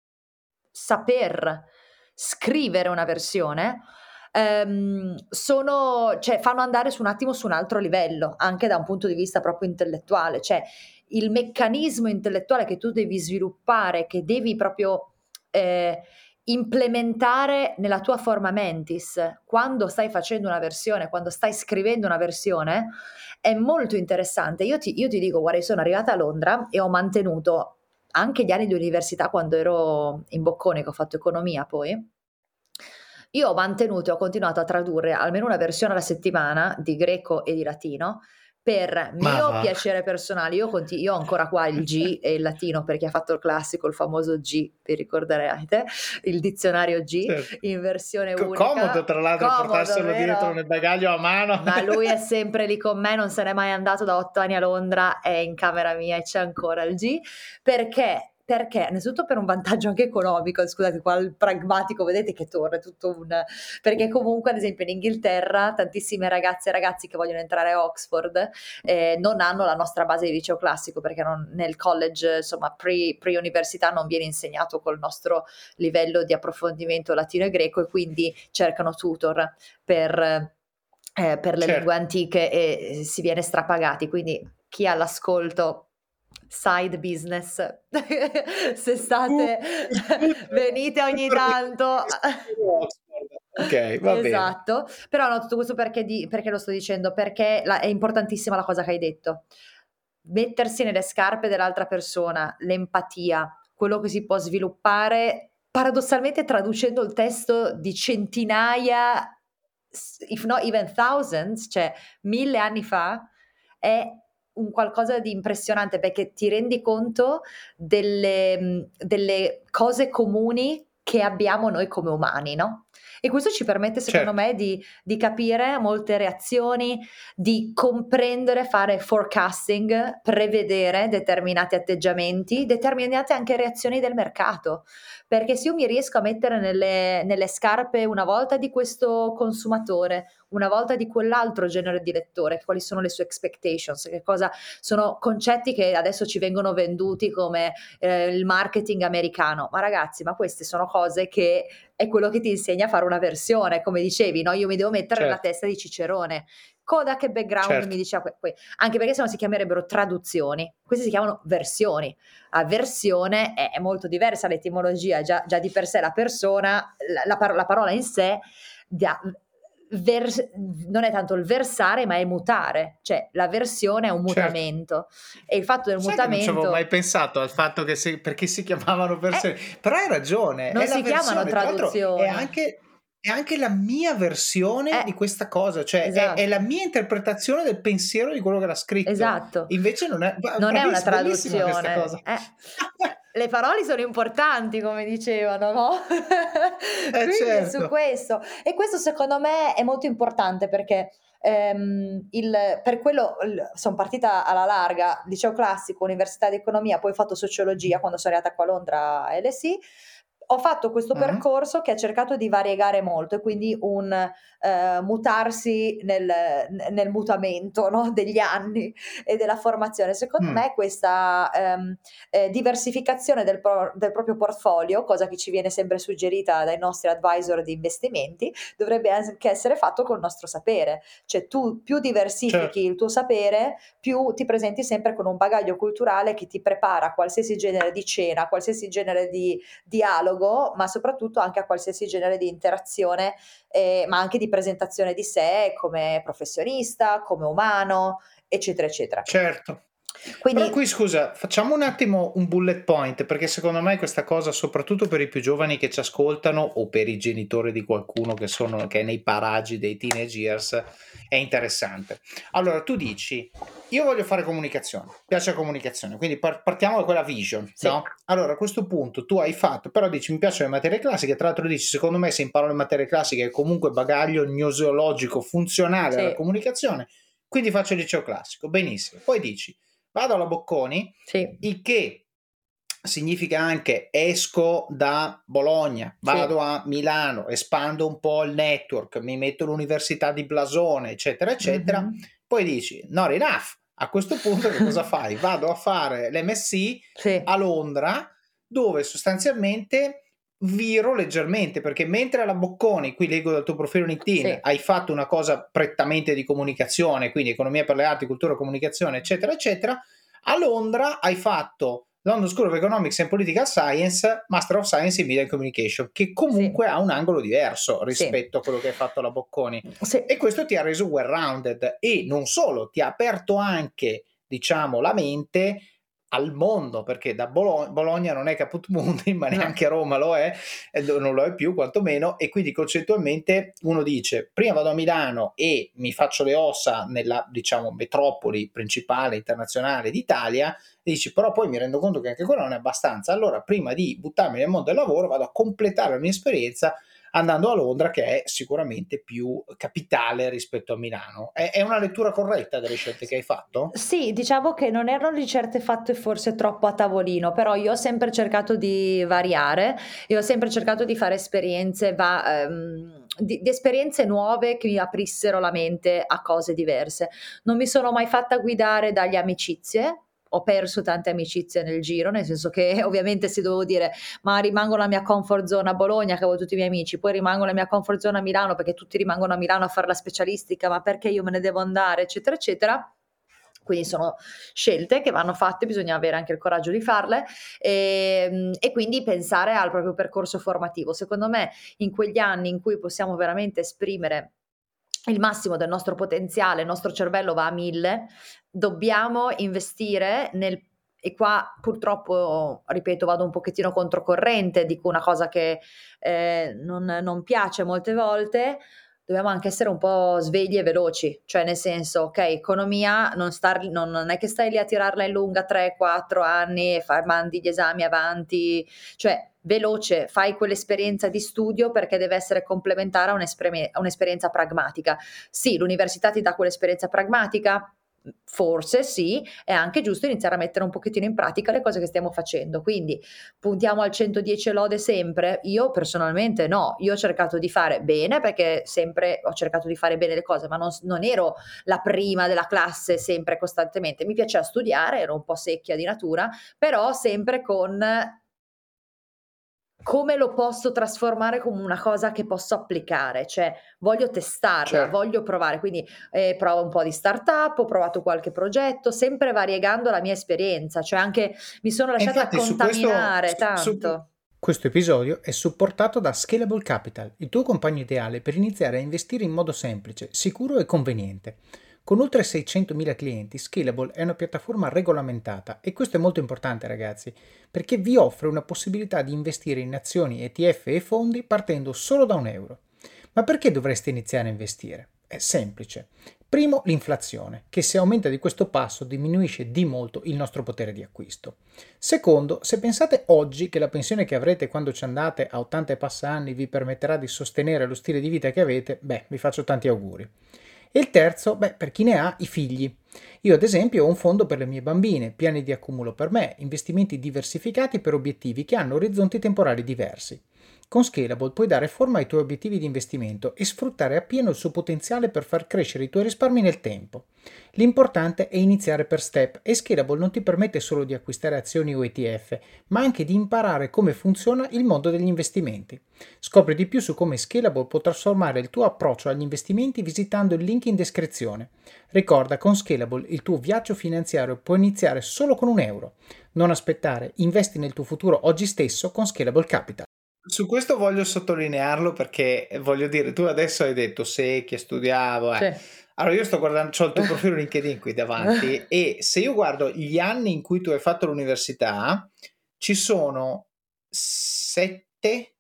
Speaker 2: saper scrivere una versione, ehm, sono, cioè, fanno andare su un attimo su un altro livello, anche da un punto di vista proprio intellettuale, cioè il meccanismo intellettuale che tu devi sviluppare, che devi proprio eh, implementare nella tua forma mentis, quando stai facendo una versione, quando stai scrivendo una versione, è molto interessante. Io ti, io ti dico, guarda, io sono arrivata a Londra e ho mantenuto anche gli anni di università quando ero in Bocconi, che ho fatto economia poi, io ho mantenuto e ho continuato a tradurre almeno una versione alla settimana di greco e di latino per
Speaker 1: Ma
Speaker 2: mio
Speaker 1: va.
Speaker 2: piacere personale. Io, conti- io ho ancora qua il G e il latino per chi ha fatto il classico, il famoso G, vi ricorderete, il dizionario G
Speaker 1: Certo.
Speaker 2: in versione
Speaker 1: Co- Comodo,
Speaker 2: unica.
Speaker 1: tra l'altro,
Speaker 2: Comodo,
Speaker 1: portarselo dietro
Speaker 2: vero?
Speaker 1: nel bagaglio a mano.
Speaker 2: Ma lui è sempre lì con me, non se n'è mai andato da otto anni a Londra, è in camera mia e c'è ancora il G, perché? Perché innanzitutto per un vantaggio anche economico, scusate qua il pragmatico, vedete che torna è tutto un... perché comunque ad esempio in Inghilterra tantissime ragazze e ragazzi che vogliono entrare a Oxford eh, non hanno la nostra base di liceo classico, perché non- nel college, insomma, pre, pre-università non viene insegnato col nostro livello di approfondimento latino e greco, e quindi cercano tutor per eh, per le lingue
Speaker 1: Certo.
Speaker 2: antiche e si viene strapagati, quindi chi ha l'ascolto, side business, se
Speaker 1: Uh,
Speaker 2: state,
Speaker 1: super,
Speaker 2: venite ogni
Speaker 1: super
Speaker 2: tanto.
Speaker 1: Oxford. Ok, va bene.
Speaker 2: Esatto, però no, tutto questo perché, di- perché lo sto dicendo? Perché la- è importantissima la cosa che hai detto. Mettersi nelle scarpe dell'altra persona, l'empatia, quello che si può sviluppare paradossalmente traducendo il testo di centinaia, s- if not even thousands, cioè mille anni fa, è un qualcosa di impressionante perché ti rendi conto delle, mh, delle cose comuni che abbiamo noi come umani, no? E questo ci permette, secondo
Speaker 1: Certo.
Speaker 2: me, di, di capire molte reazioni, di comprendere, fare forecasting, prevedere determinati atteggiamenti, determinate anche reazioni del mercato. Perché se io mi riesco a mettere nelle, nelle scarpe una volta di questo consumatore, una volta di quell'altro genere di lettore, quali sono le sue expectations, che cosa sono concetti che adesso ci vengono venduti come eh, il marketing americano, ma ragazzi, ma queste sono cose che è quello che ti insegna a fare una versione, come dicevi, no? Io mi devo mettere nella
Speaker 1: Certo.
Speaker 2: testa di Cicerone. Coda che background mi
Speaker 1: Certo.
Speaker 2: diceva que- que- anche perché se no si chiamerebbero traduzioni, queste si chiamano versioni. La versione è, è molto diversa, l'etimologia già, già di per sé, la persona, la, la par- la parola in sé da- vers- non è tanto il versare, ma è mutare, cioè la versione è un
Speaker 1: Certo.
Speaker 2: mutamento e il fatto del
Speaker 1: Sai che non ci avevo mai
Speaker 2: mutamento
Speaker 1: pensato al fatto che si, perché si chiamavano
Speaker 2: è,
Speaker 1: versioni, però hai ragione,
Speaker 2: non
Speaker 1: è la
Speaker 2: si chiamano
Speaker 1: versione, tra l'altro è
Speaker 2: traduzioni,
Speaker 1: anche, è anche la mia versione
Speaker 2: è
Speaker 1: di questa cosa, cioè è, è la
Speaker 2: esatto.
Speaker 1: mia interpretazione del pensiero di quello che l'ha scritto.
Speaker 2: Esatto,
Speaker 1: Invece non è, ba-
Speaker 2: non è una
Speaker 1: braviss- bellissima questa
Speaker 2: traduzione.
Speaker 1: cosa.
Speaker 2: Eh, le parole sono importanti, come dicevano, no?
Speaker 1: Eh
Speaker 2: Quindi è su
Speaker 1: certo.
Speaker 2: questo. E questo secondo me è molto importante perché ehm, il, per quello sono partita alla larga, liceo classico, università di economia, poi ho fatto sociologia quando sono arrivata qua a Londra a L S I. Ho fatto questo
Speaker 1: Mhm.
Speaker 2: percorso che ha cercato di variegare molto e quindi un eh, mutarsi nel, nel mutamento, no? Degli anni e della formazione. Secondo
Speaker 1: Mm.
Speaker 2: me questa ehm, eh, diversificazione del, pro- del proprio portfolio, cosa che ci viene sempre suggerita dai nostri advisor di investimenti, dovrebbe anche essere fatto col nostro sapere. Cioè tu più diversifichi
Speaker 1: Certo.
Speaker 2: il tuo sapere, più ti presenti sempre con un bagaglio culturale che ti prepara a qualsiasi genere di cena, a qualsiasi genere di dialogo, ma soprattutto anche a qualsiasi genere di interazione, eh, ma anche di presentazione di sé come professionista, come umano, eccetera, eccetera.
Speaker 1: Certo.
Speaker 2: Quindi...
Speaker 1: Però qui scusa, facciamo un attimo un bullet point, perché secondo me questa cosa, soprattutto per i più giovani che ci ascoltano o per i genitori di qualcuno che sono che è nei paraggi dei teenage years, è interessante. Allora, tu dici, io voglio fare comunicazione, piace la comunicazione, quindi par- partiamo da quella vision,
Speaker 2: Sì.
Speaker 1: no? Allora, a questo punto tu hai fatto, però dici, mi piacciono le materie classiche, tra l'altro dici, secondo me se imparo le materie classiche è comunque bagaglio gnoseologico funzionale
Speaker 2: Sì.
Speaker 1: alla comunicazione, quindi faccio il liceo classico, benissimo. Poi dici, vado alla Bocconi,
Speaker 2: Sì.
Speaker 1: il che significa anche esco da Bologna, vado
Speaker 2: Sì.
Speaker 1: a Milano, espando un po' il network, mi metto all'università di Blasone, eccetera, eccetera.
Speaker 2: Mm-hmm.
Speaker 1: Poi dici, not enough. A questo punto che cosa fai? Vado a fare l'M S C
Speaker 2: Sì.
Speaker 1: a Londra, dove sostanzialmente viro leggermente, perché mentre alla Bocconi, qui leggo dal tuo profilo LinkedIn,
Speaker 2: Sì.
Speaker 1: hai fatto una cosa prettamente di comunicazione, quindi economia per le arti, cultura, comunicazione, eccetera, eccetera, a Londra hai fatto London School of Economics and Political Science, Master of Science in Media and Communication, che comunque
Speaker 2: Sì.
Speaker 1: ha un angolo diverso rispetto
Speaker 2: Sì.
Speaker 1: a quello che hai fatto alla Bocconi.
Speaker 2: Sì.
Speaker 1: E questo ti ha reso well-rounded e non solo, ti ha aperto anche, diciamo, la mente al mondo, perché da Bologna, Bologna non è caput mundi, ma neanche
Speaker 2: No.
Speaker 1: Roma lo è, e non lo è più quantomeno, e quindi concettualmente uno dice, prima vado a Milano e mi faccio le ossa nella, diciamo, metropoli principale internazionale d'Italia, e dici, però poi mi rendo conto che anche quello non è abbastanza, allora prima di buttarmi nel mondo del lavoro vado a completare la mia esperienza andando a Londra, che è sicuramente più capitale rispetto a Milano. È, è una lettura corretta delle scelte che hai fatto?
Speaker 2: Sì, diciamo che non erano di certe fatte forse troppo a tavolino, però io ho sempre cercato di variare e ho sempre cercato di fare esperienze, va, ehm, di, di esperienze nuove che mi aprissero la mente a cose diverse. Non mi sono mai fatta guidare dagli amicizie. Ho perso tante amicizie nel giro, nel senso che ovviamente si dovevo dire ma rimango nella mia comfort zone a Bologna che avevo tutti i miei amici, poi rimango nella mia comfort zone a Milano perché tutti rimangono a Milano a fare la specialistica, ma perché io me ne devo andare, eccetera, eccetera. Quindi sono scelte che vanno fatte, bisogna avere anche il coraggio di farle e, e quindi pensare al proprio percorso formativo. Secondo me in quegli anni in cui possiamo veramente esprimere il massimo del nostro potenziale, il nostro cervello va a mille, dobbiamo investire nel, e qua purtroppo, ripeto, vado un pochettino controcorrente, dico una cosa che eh, non, non piace molte volte, dobbiamo anche essere un po' svegli e veloci, cioè nel senso, ok, economia non, star, non, non è che stai lì a tirarla in lunga tre quattro anni e far, mandi gli esami avanti, cioè veloce, fai quell'esperienza di studio perché deve essere complementare a, un'esper- a un'esperienza pragmatica. Sì, l'università ti dà quell'esperienza pragmatica? Forse sì, è anche giusto iniziare a mettere un pochettino in pratica le cose che stiamo facendo, quindi puntiamo al centodieci lode sempre? Io personalmente no, io ho cercato di fare bene perché sempre ho cercato di fare bene le cose, ma non, non ero la prima della classe sempre costantemente, mi piaceva studiare, ero un po' secchia di natura, però sempre con come lo posso trasformare come una cosa che posso applicare, cioè voglio testarla,
Speaker 1: Certo.
Speaker 2: voglio provare, quindi eh, provo un po' di startup, ho provato qualche progetto, sempre variegando la mia esperienza, cioè anche mi sono
Speaker 1: E
Speaker 2: lasciata
Speaker 1: infatti su questo,
Speaker 2: contaminare
Speaker 1: su-
Speaker 2: tanto.
Speaker 1: questo episodio è supportato da Scalable Capital, il tuo compagno ideale per iniziare a investire in modo semplice, sicuro e conveniente. Con oltre seicentomila clienti, Scalable è una piattaforma regolamentata e questo è molto importante ragazzi, perché vi offre una possibilità di investire in azioni, E T F e fondi partendo solo da un euro. Ma perché dovreste iniziare a investire? È semplice. Primo, l'inflazione, che se aumenta di questo passo diminuisce di molto il nostro potere di acquisto. Secondo, se pensate oggi che la pensione che avrete quando ci andate a ottanta e passa anni vi permetterà di sostenere lo stile di vita che avete, beh, vi faccio tanti auguri. E il terzo, beh, per chi ne ha, i figli. Io ad esempio ho un fondo per le mie bambine, piani di accumulo per me, investimenti diversificati per obiettivi che hanno orizzonti temporali diversi. Con Scalable puoi dare forma ai tuoi obiettivi di investimento e sfruttare appieno il suo potenziale per far crescere i tuoi risparmi nel tempo. L'importante è iniziare per step e Scalable non ti permette solo di acquistare azioni o E T F, ma anche di imparare come funziona il mondo degli investimenti. Scopri di più su come Scalable può trasformare il tuo approccio agli investimenti visitando il link in descrizione. Ricorda, con Scalable il tuo viaggio finanziario può iniziare solo con un euro. Non aspettare, investi nel tuo futuro oggi stesso con Scalable Capital. Su questo voglio sottolinearlo perché voglio dire, tu adesso hai detto secchia, studiavo, eh.
Speaker 2: Sì.
Speaker 1: Allora, io sto guardando, c'ho il tuo profilo LinkedIn qui davanti e se io guardo gli anni in cui tu hai fatto l'università, ci sono sette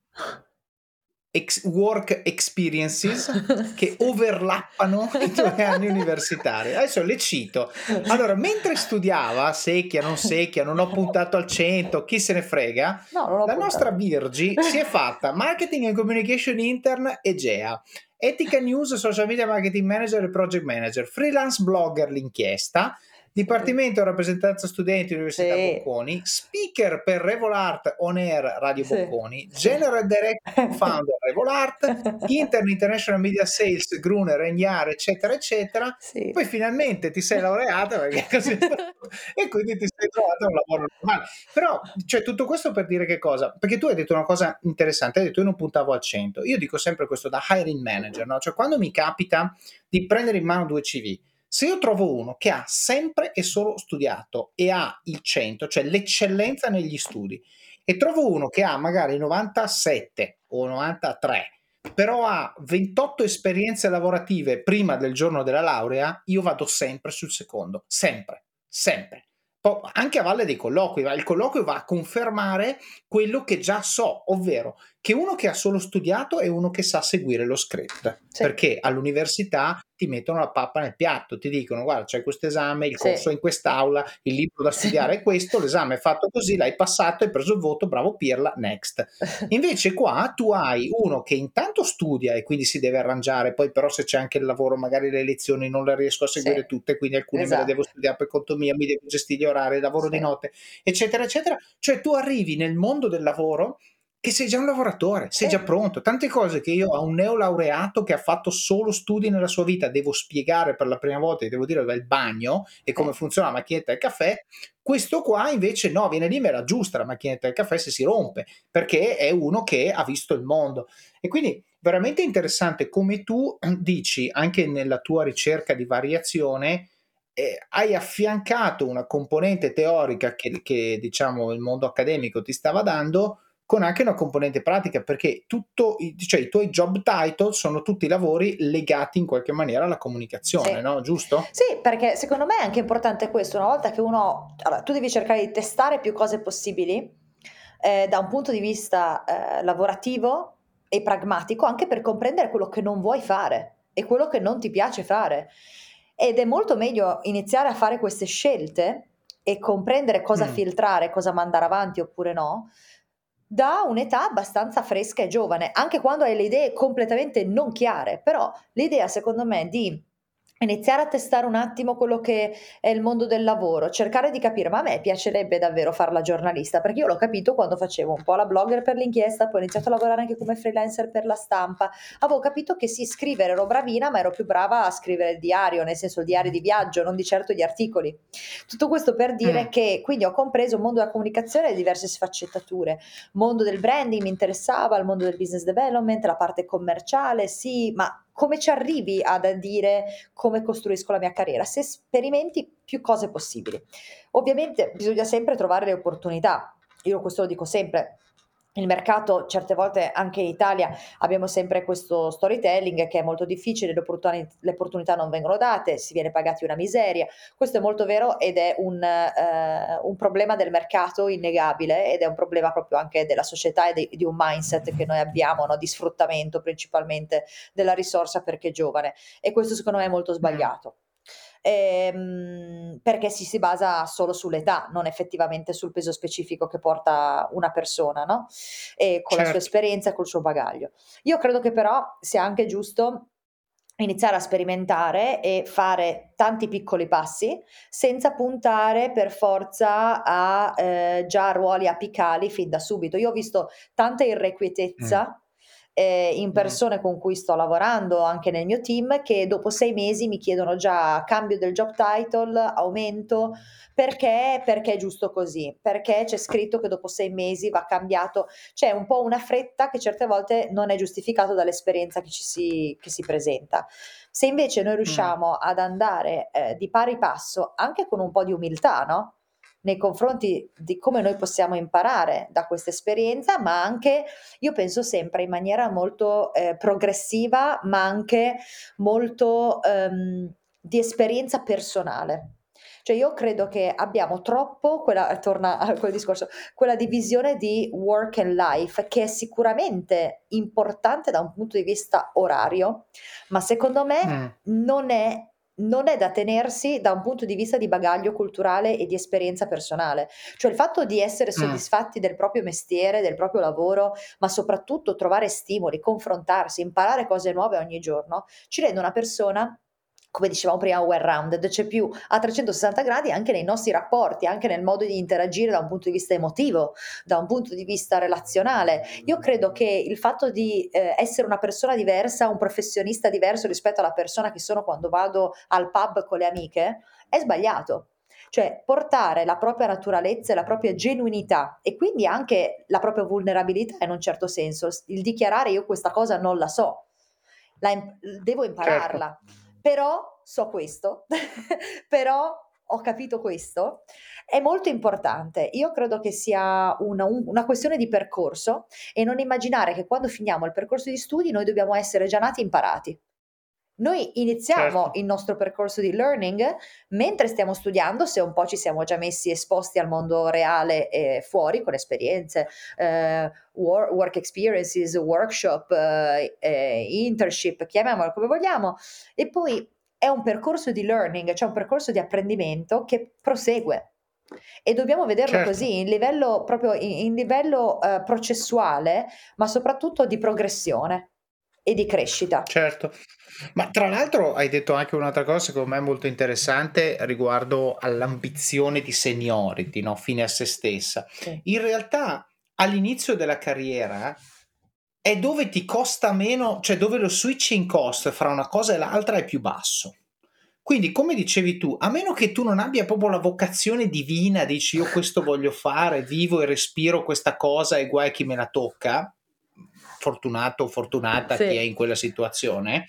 Speaker 1: ex- work experiences che overlappano i tuoi anni universitari. Adesso le cito. Allora, mentre studiava, secchia, non secchia, non ho puntato al cento, chi se ne frega,
Speaker 2: No, non ho
Speaker 1: la nostra
Speaker 2: puntato.
Speaker 1: Virgi si è fatta Marketing and Communication Intern e G E A, Etica News, Social Media Marketing Manager e Project Manager, Freelance Blogger l'inchiesta,
Speaker 2: Sì,
Speaker 1: Dipartimento Rappresentanza Studenti Università
Speaker 2: sì,
Speaker 1: Bocconi, Speaker per Revolart On Air Radio
Speaker 2: sì,
Speaker 1: Bocconi,
Speaker 2: sì.
Speaker 1: General Director Founder Revolart, Intern International Media Sales Gruner, Regnare, eccetera, eccetera.
Speaker 2: Sì.
Speaker 1: Poi finalmente ti sei laureata perché così è stato, e quindi ti sei trovata un lavoro normale. Però, cioè, tutto questo per dire che cosa? Perché tu hai detto una cosa interessante, hai detto io non puntavo al cento. Io dico sempre questo da hiring manager, no? Cioè, quando mi capita di prendere in mano due C V, se io trovo uno che ha sempre e solo studiato e ha il cento, cioè l'eccellenza negli studi, e trovo uno che ha magari novantasette o novantatré, però ha ventotto esperienze lavorative prima del giorno della laurea, io vado sempre sul secondo, sempre, sempre. Po- Anche a valle dei colloqui, va- il colloquio va a confermare quello che già so, ovvero che uno che ha solo studiato è uno che sa seguire lo script,
Speaker 2: Sì,
Speaker 1: perché all'università ti mettono la pappa nel piatto, ti dicono guarda c'è questo esame, il corso è
Speaker 2: sì,
Speaker 1: in quest'aula, il libro da
Speaker 2: sì.
Speaker 1: studiare è questo, l'esame è fatto così, l'hai passato, hai preso il voto, bravo Pirla, next. Invece qua tu hai uno che intanto studia e quindi si deve arrangiare, poi però se c'è anche il lavoro, magari le lezioni non le riesco a
Speaker 2: Sì,
Speaker 1: seguire tutte, quindi alcune me le devo
Speaker 2: esatto.
Speaker 1: studiare per conto mio, mi devo gestire gli orari, lavoro di
Speaker 2: Sì,
Speaker 1: notte, eccetera, eccetera. Cioè tu arrivi nel mondo del lavoro che sei già un lavoratore, sei già
Speaker 2: sì,
Speaker 1: pronto. Tante cose che io a un neolaureato che ha fatto solo studi nella sua vita devo spiegare per la prima volta, gli devo dire dov'è il bagno e come
Speaker 2: sì,
Speaker 1: funziona la macchinetta del caffè, questo qua invece no, viene lì, me la aggiusta la macchinetta del caffè se si rompe, perché è uno che ha visto il mondo. E quindi veramente interessante come tu dici, anche nella tua ricerca di variazione, eh, hai affiancato una componente teorica che, che, diciamo il mondo accademico ti stava dando con anche una componente pratica, perché tutto, i- cioè, i tuoi job title sono tutti lavori legati in qualche maniera alla comunicazione,
Speaker 2: sì.
Speaker 1: no? Giusto?
Speaker 2: Sì, perché secondo me è anche importante questo, una volta che uno allora tu devi cercare di testare più cose possibili, ehm, da un punto di vista, ehm, lavorativo e pragmatico, anche per comprendere quello che non vuoi fare e quello che non ti piace fare. Ed è molto meglio iniziare a fare queste scelte e comprendere cosa
Speaker 1: Mm,
Speaker 2: filtrare, cosa mandare avanti oppure no, da un'età abbastanza fresca e giovane, anche quando hai le idee completamente non chiare, però l'idea secondo me di iniziare a testare un attimo quello che è il mondo del lavoro, cercare di capire: ma a me piacerebbe davvero far la giornalista? Perché io l'ho capito quando facevo un po' la blogger per l'inchiesta, poi ho iniziato a lavorare anche come freelancer per la stampa. Avevo capito che sì, scrivere ero bravina, ma ero più brava a scrivere il diario, nel senso il diario di viaggio, non di certo gli articoli. Tutto questo per dire
Speaker 1: mm,
Speaker 2: che quindi ho compreso il mondo della comunicazione e diverse sfaccettature. Mondo del branding mi interessava, il mondo del business development, la parte commerciale, sì, ma come ci arrivi ad dire come costruisco la mia carriera? Se sperimenti più cose possibili. Ovviamente bisogna sempre trovare le opportunità. Io questo lo dico sempre. Il mercato, certe volte anche in Italia, abbiamo sempre questo storytelling che è molto difficile, le opportuni- le opportunità non vengono date, si viene pagati una miseria. Questo è molto vero ed è un, eh, un problema del mercato innegabile ed è un problema proprio anche della società e di, di un mindset che noi abbiamo, no? Di sfruttamento principalmente della risorsa perché è giovane e questo secondo me è molto
Speaker 1: mm.
Speaker 2: sbagliato. Ehm, perché si si basa solo sull'età, non effettivamente sul peso specifico che porta una persona, no, e con la sua
Speaker 1: Certo.
Speaker 2: esperienza e col suo bagaglio. Io credo che però sia anche giusto iniziare a sperimentare e fare tanti piccoli passi, senza puntare per forza a, ehm, già ruoli apicali fin da subito. Io ho visto tanta
Speaker 1: Mm,
Speaker 2: irrequietezza, ehm, in
Speaker 1: mm.
Speaker 2: persone con cui sto lavorando, anche nel mio team, che dopo sei mesi mi chiedono già cambio del job title, aumento, perché perché è giusto così, perché c'è scritto che dopo sei mesi va cambiato. C'è un po' una fretta che certe volte non è giustificato dall'esperienza che ci si che si presenta. Se invece noi
Speaker 1: Mm,
Speaker 2: riusciamo ad andare, ehm, di pari passo, anche con un po' di umiltà, no, nei confronti di come noi possiamo imparare da questa esperienza, ma anche, io penso sempre in maniera molto eh, progressiva, ma anche molto ehm, di esperienza personale. Cioè io credo che abbiamo troppo, quella, torna a quel discorso, quella divisione di work and life, che è sicuramente importante da un punto di vista orario, ma secondo me
Speaker 1: Mm.
Speaker 2: non è, non è da tenersi da un punto di vista di bagaglio culturale e di esperienza personale. Cioè il fatto di essere
Speaker 1: Mm.
Speaker 2: soddisfatti del proprio mestiere, del proprio lavoro, ma soprattutto trovare stimoli, confrontarsi, imparare cose nuove ogni giorno, ci rende una persona, come dicevamo prima, well-rounded, cioè più a trecentosessanta gradi anche nei nostri rapporti, anche nel modo di interagire da un punto di vista emotivo, da un punto di vista relazionale. Io credo che il fatto di eh, essere una persona diversa, un professionista diverso rispetto alla persona che sono quando vado al pub con le amiche, è sbagliato. Cioè portare la propria naturalezza e la propria genuinità e quindi anche la propria vulnerabilità in un certo senso, il dichiarare io questa cosa non la so, la im- devo
Speaker 1: Certo.
Speaker 2: impararla, però so questo, però ho capito questo, è molto importante. Io credo che sia una, un- una questione di percorso e non immaginare che quando finiamo il percorso di studi noi dobbiamo essere già nati imparati. Noi iniziamo
Speaker 1: Certo.
Speaker 2: il nostro percorso di learning mentre stiamo studiando, se un po' ci siamo già messi esposti al mondo reale e fuori con esperienze, eh, wor- work experiences, workshop, eh, eh, internship, chiamiamolo come vogliamo, e poi è un percorso di learning, cioè un percorso di apprendimento che prosegue. E dobbiamo vederlo
Speaker 1: Certo.
Speaker 2: così, in livello proprio in, in livello eh, processuale, ma soprattutto di progressione e di crescita.
Speaker 1: Certo. Ma tra l'altro hai detto anche un'altra cosa secondo me molto interessante riguardo all'ambizione di seniority, no? Fine a se stessa.
Speaker 2: Sì.
Speaker 1: In realtà all'inizio della carriera è dove ti costa meno, cioè dove lo switching cost fra una cosa e l'altra è più basso. Quindi, come dicevi tu, a meno che tu non abbia proprio la vocazione divina, dici io questo voglio fare, vivo e respiro questa cosa e guai a chi me la tocca, fortunato o fortunata chi è
Speaker 2: Sì.
Speaker 1: in quella situazione,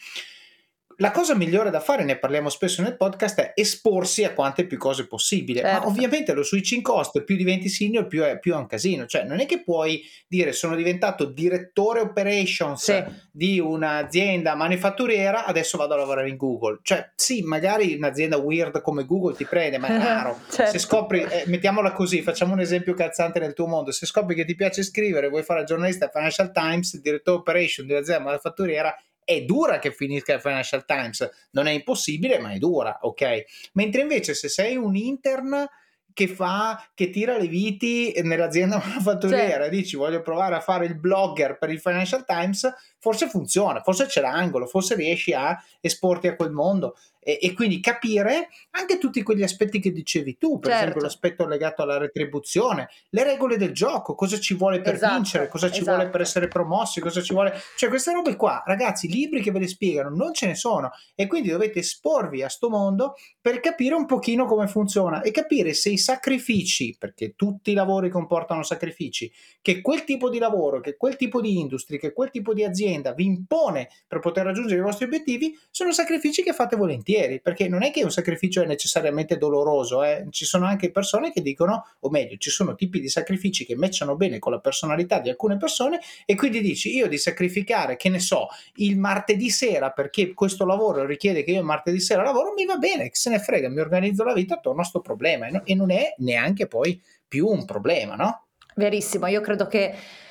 Speaker 1: la cosa migliore da fare, ne parliamo spesso nel podcast, è esporsi a quante più cose possibile. Ma
Speaker 2: Certo.
Speaker 1: ovviamente lo switching cost, più diventi senior, più è, più è un casino. Cioè, non è che puoi dire sono diventato direttore operations
Speaker 2: Sì.
Speaker 1: di un'azienda manifatturiera, adesso vado a lavorare in Google. Cioè, sì, magari un'azienda weird come Google ti prende, ma è raro. Se
Speaker 2: Certo.
Speaker 1: scopri, eh, mettiamola così, facciamo un esempio calzante nel tuo mondo, se scopri che ti piace scrivere, vuoi fare il giornalista al Financial Times, direttore operation di un'azienda manifatturiera, è dura che finisca il Financial Times, non è impossibile, ma è dura, ok? Mentre invece se sei un intern che fa, che tira le viti nell'azienda manifatturiera e
Speaker 2: Sì.
Speaker 1: dici voglio provare a fare il blogger per il Financial Times, forse funziona, forse c'è l'angolo, forse riesci a esporti a quel mondo e, e quindi capire anche tutti quegli aspetti che dicevi tu, per esempio
Speaker 2: Certo.
Speaker 1: l'aspetto legato alla retribuzione, le regole del gioco, cosa ci vuole per
Speaker 2: Esatto,
Speaker 1: vincere, cosa ci vuole per
Speaker 2: esatto.
Speaker 1: essere promossi, cosa ci vuole, cioè queste robe qua, ragazzi, libri che ve le spiegano non ce ne sono e quindi dovete esporvi a sto mondo per capire un pochino come funziona e capire se i sacrifici, perché tutti i lavori comportano sacrifici, che quel tipo di lavoro, che quel tipo di industria, che quel tipo di azienda vi impone per poter raggiungere i vostri obiettivi, sono sacrifici che fate volentieri, perché non è che un sacrificio è necessariamente doloroso, eh? Ci sono anche persone che dicono, o meglio, ci sono tipi di sacrifici che matchano bene con la personalità di alcune persone e quindi dici io di sacrificare, che ne so, il martedì sera perché questo lavoro richiede che io il martedì sera lavoro, mi va bene, che se ne frega, mi organizzo la vita attorno a sto problema e non è neanche poi più un problema, no?
Speaker 2: Verissimo, io credo che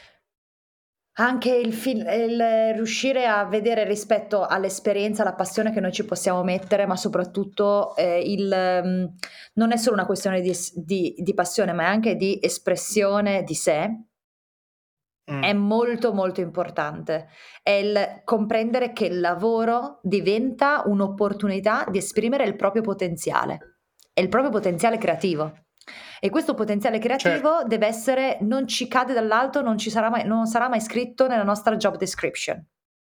Speaker 2: anche il fil il riuscire a vedere rispetto all'esperienza, alla passione che noi ci possiamo mettere, ma soprattutto, ehm, il mhmm, non è solo una questione di es di di passione, ma è anche di espressione di sé, è
Speaker 1: Mm.
Speaker 2: molto, molto importante. È il comprendere che il lavoro diventa un'opportunità di esprimere il proprio potenziale e il proprio potenziale creativo. E questo potenziale
Speaker 1: Certo.
Speaker 2: creativo deve essere, non ci cade dall'alto, non ci sarà mai, non sarà mai scritto nella nostra job description.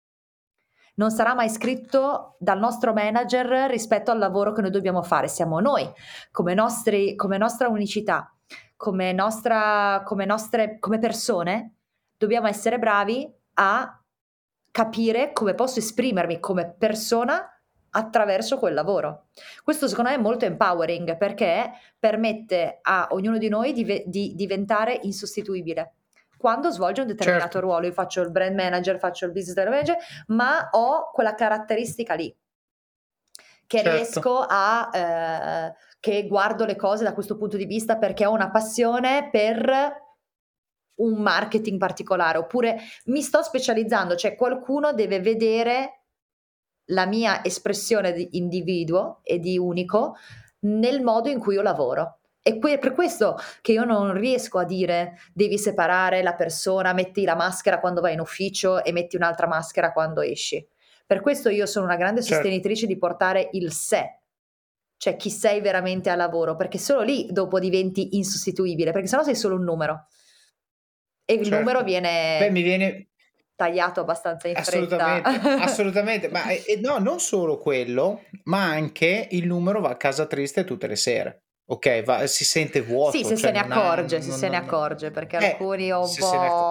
Speaker 2: Non sarà mai scritto dal nostro manager rispetto al lavoro che noi dobbiamo fare. Siamo noi, come nostri come nostra unicità, come nostra come nostre come persone, dobbiamo essere bravi a capire come posso esprimermi come persona attraverso quel lavoro. Questo secondo me è molto empowering, perché permette a ognuno di noi di, ve- di diventare insostituibile. Quando svolge un determinato
Speaker 1: Certo.
Speaker 2: ruolo, io faccio il brand manager, faccio il business development manager, ma ho quella caratteristica lì, che
Speaker 1: Certo.
Speaker 2: riesco a, eh, che guardo le cose da questo punto di vista perché ho una passione per un marketing particolare, oppure mi sto specializzando, cioè qualcuno deve vedere la mia espressione di individuo e di unico nel modo in cui io lavoro. E que- per questo che io non riesco a dire devi separare la persona, metti la maschera quando vai in ufficio e metti un'altra maschera quando esci. Per questo io sono una grande
Speaker 1: Certo.
Speaker 2: sostenitrice di portare il sé, cioè chi sei veramente al lavoro, perché solo lì dopo diventi insostituibile, perché sennò sei solo un numero. E il numero
Speaker 1: Certo. Beh, mi
Speaker 2: viene
Speaker 1: viene
Speaker 2: tagliato abbastanza in fretta.
Speaker 1: assolutamente, assolutamente, ma e, e no, non solo quello, ma anche il numero va a casa triste tutte le sere. Ok, va- si sente
Speaker 2: Sì,
Speaker 1: vuoto,
Speaker 2: se
Speaker 1: cioè
Speaker 2: se ne
Speaker 1: non ha,
Speaker 2: accorge, se
Speaker 1: non,
Speaker 2: se ne
Speaker 1: non-
Speaker 2: accorge, perché
Speaker 1: eh,
Speaker 2: alcuni ho un
Speaker 1: se se ne accorge,
Speaker 2: po'.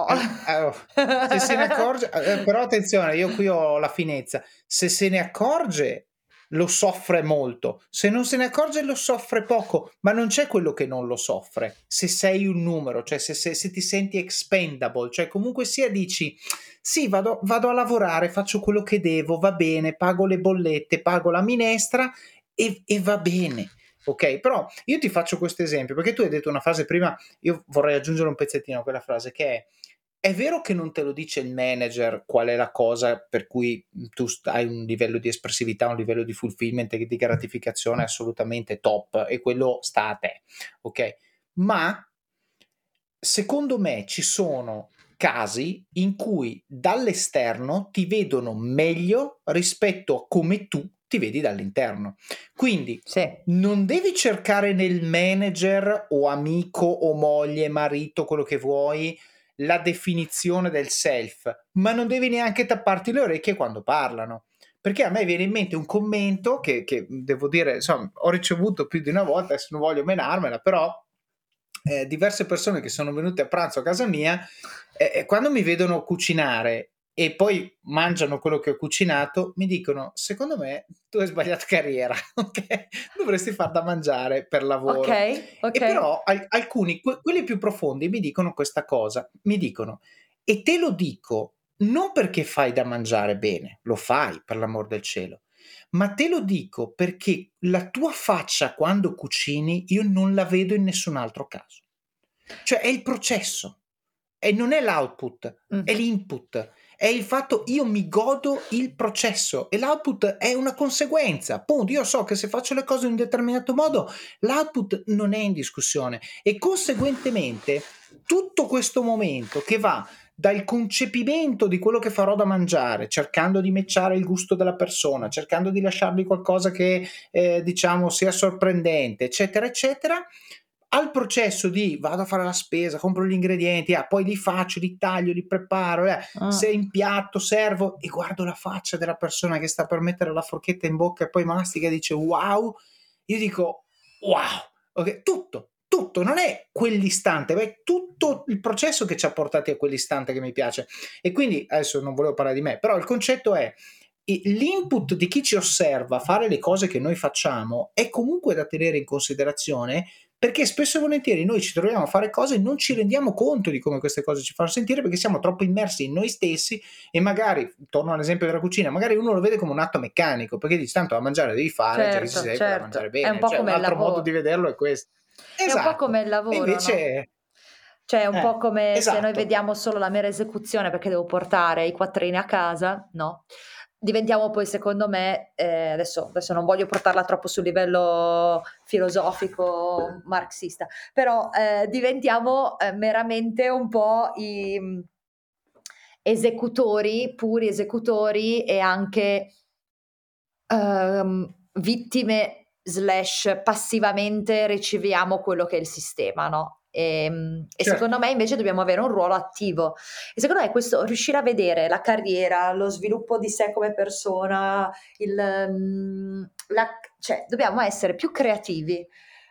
Speaker 1: se se ne accorge, eh, però attenzione, io qui ho la finezza, se se ne accorge lo soffre molto, se non se ne accorge lo soffre poco, ma non c'è quello che non lo soffre, se sei un numero, cioè se, se- se ti senti expendable, cioè comunque sia dici sì, vado, vado a lavorare, faccio quello che devo, va bene, pago le bollette, pago la minestra e, e va bene. Ok, però io ti faccio questo esempio perché tu hai detto una frase prima, io vorrei aggiungere un pezzettino a quella frase che è: è vero che non te lo dice il manager qual è la cosa per cui tu st- hai un livello di espressività, un livello di fulfillment e di gratificazione assolutamente top e quello sta a te, ok? Ma secondo me ci sono casi in cui dall'esterno ti vedono meglio rispetto a come tu ti vedi dall'interno. Quindi
Speaker 2: Sì,
Speaker 1: non devi cercare nel manager o amico o moglie, marito, quello che vuoi, la definizione del self, ma non devi neanche tapparti le orecchie quando parlano. Perché a me viene in mente un commento che, che devo dire, insomma, ho ricevuto più di una volta, adesso non voglio menarmela, però eh, diverse persone che sono venute a pranzo a casa mia, eh, quando mi vedono cucinare e poi mangiano quello che ho cucinato, mi dicono: secondo me tu hai sbagliato carriera, ok? Dovresti far da mangiare per
Speaker 2: ok,
Speaker 1: lavoro.
Speaker 2: ok.
Speaker 1: E però al- alcuni, que- quelli più profondi, mi dicono questa cosa, mi dicono, e te lo dico non perché fai da mangiare bene, lo fai per l'amor del cielo, ma te lo dico perché la tua faccia quando cucini io non la vedo in nessun altro caso. Cioè è il processo, e non è l'output,
Speaker 2: Mm.
Speaker 1: è l'input, è il fatto io mi godo il processo e l'output è una conseguenza. Punto. Io so che se faccio le cose in un determinato modo, l'output non è in discussione e conseguentemente tutto questo momento che va dal concepimento di quello che farò da mangiare, cercando di matchare il gusto della persona, cercando di lasciargli qualcosa che eh, diciamo sia sorprendente, eccetera, eccetera, al processo di vado a fare la spesa, compro gli ingredienti, ah, poi li faccio, li taglio, li preparo, eh,
Speaker 2: Ah.
Speaker 1: se impiatto, servo e guardo la faccia della persona che sta per mettere la forchetta in bocca e poi mastica e dice wow, io dico wow, okay? tutto, tutto, non è quell'istante, ma è tutto il processo che ci ha portati a quell'istante che mi piace. E quindi adesso non volevo parlare di me, però il concetto è l'input di chi ci osserva fare le cose che noi facciamo è comunque da tenere in considerazione, perché spesso e volentieri noi ci troviamo a fare cose e non ci rendiamo conto di come queste cose ci fanno sentire perché siamo troppo immersi in noi stessi e magari, torno all'esempio della cucina, magari uno lo vede come un atto meccanico perché dici tanto a mangiare devi fare, già che ci
Speaker 2: Certo,
Speaker 1: sei fai da mangiare
Speaker 2: certo, è un
Speaker 1: bene,
Speaker 2: po'
Speaker 1: cioè un
Speaker 2: come il
Speaker 1: altro modo di
Speaker 2: lavoro.
Speaker 1: vederlo è questo.
Speaker 2: È un po'
Speaker 1: Esatto,
Speaker 2: come il
Speaker 1: e
Speaker 2: lavoro, no?
Speaker 1: invece
Speaker 2: Cioè, è un po'
Speaker 1: eh,
Speaker 2: come se noi
Speaker 1: esatto,
Speaker 2: vediamo solo la mera esecuzione perché devo portare i quattrini a casa, no? Diventiamo poi, secondo me, eh, adesso, adesso non voglio portarla troppo sul livello filosofico marxista, però eh, diventiamo eh, meramente un po' i mh, esecutori, puri esecutori e anche ehm, vittime slash passivamente riceviamo quello che è il sistema, no? E, e
Speaker 1: certo,
Speaker 2: secondo me invece dobbiamo avere un ruolo attivo e secondo me questo riuscire a vedere la carriera, lo sviluppo di sé come persona, il, mm, la- cioè dobbiamo essere più creativi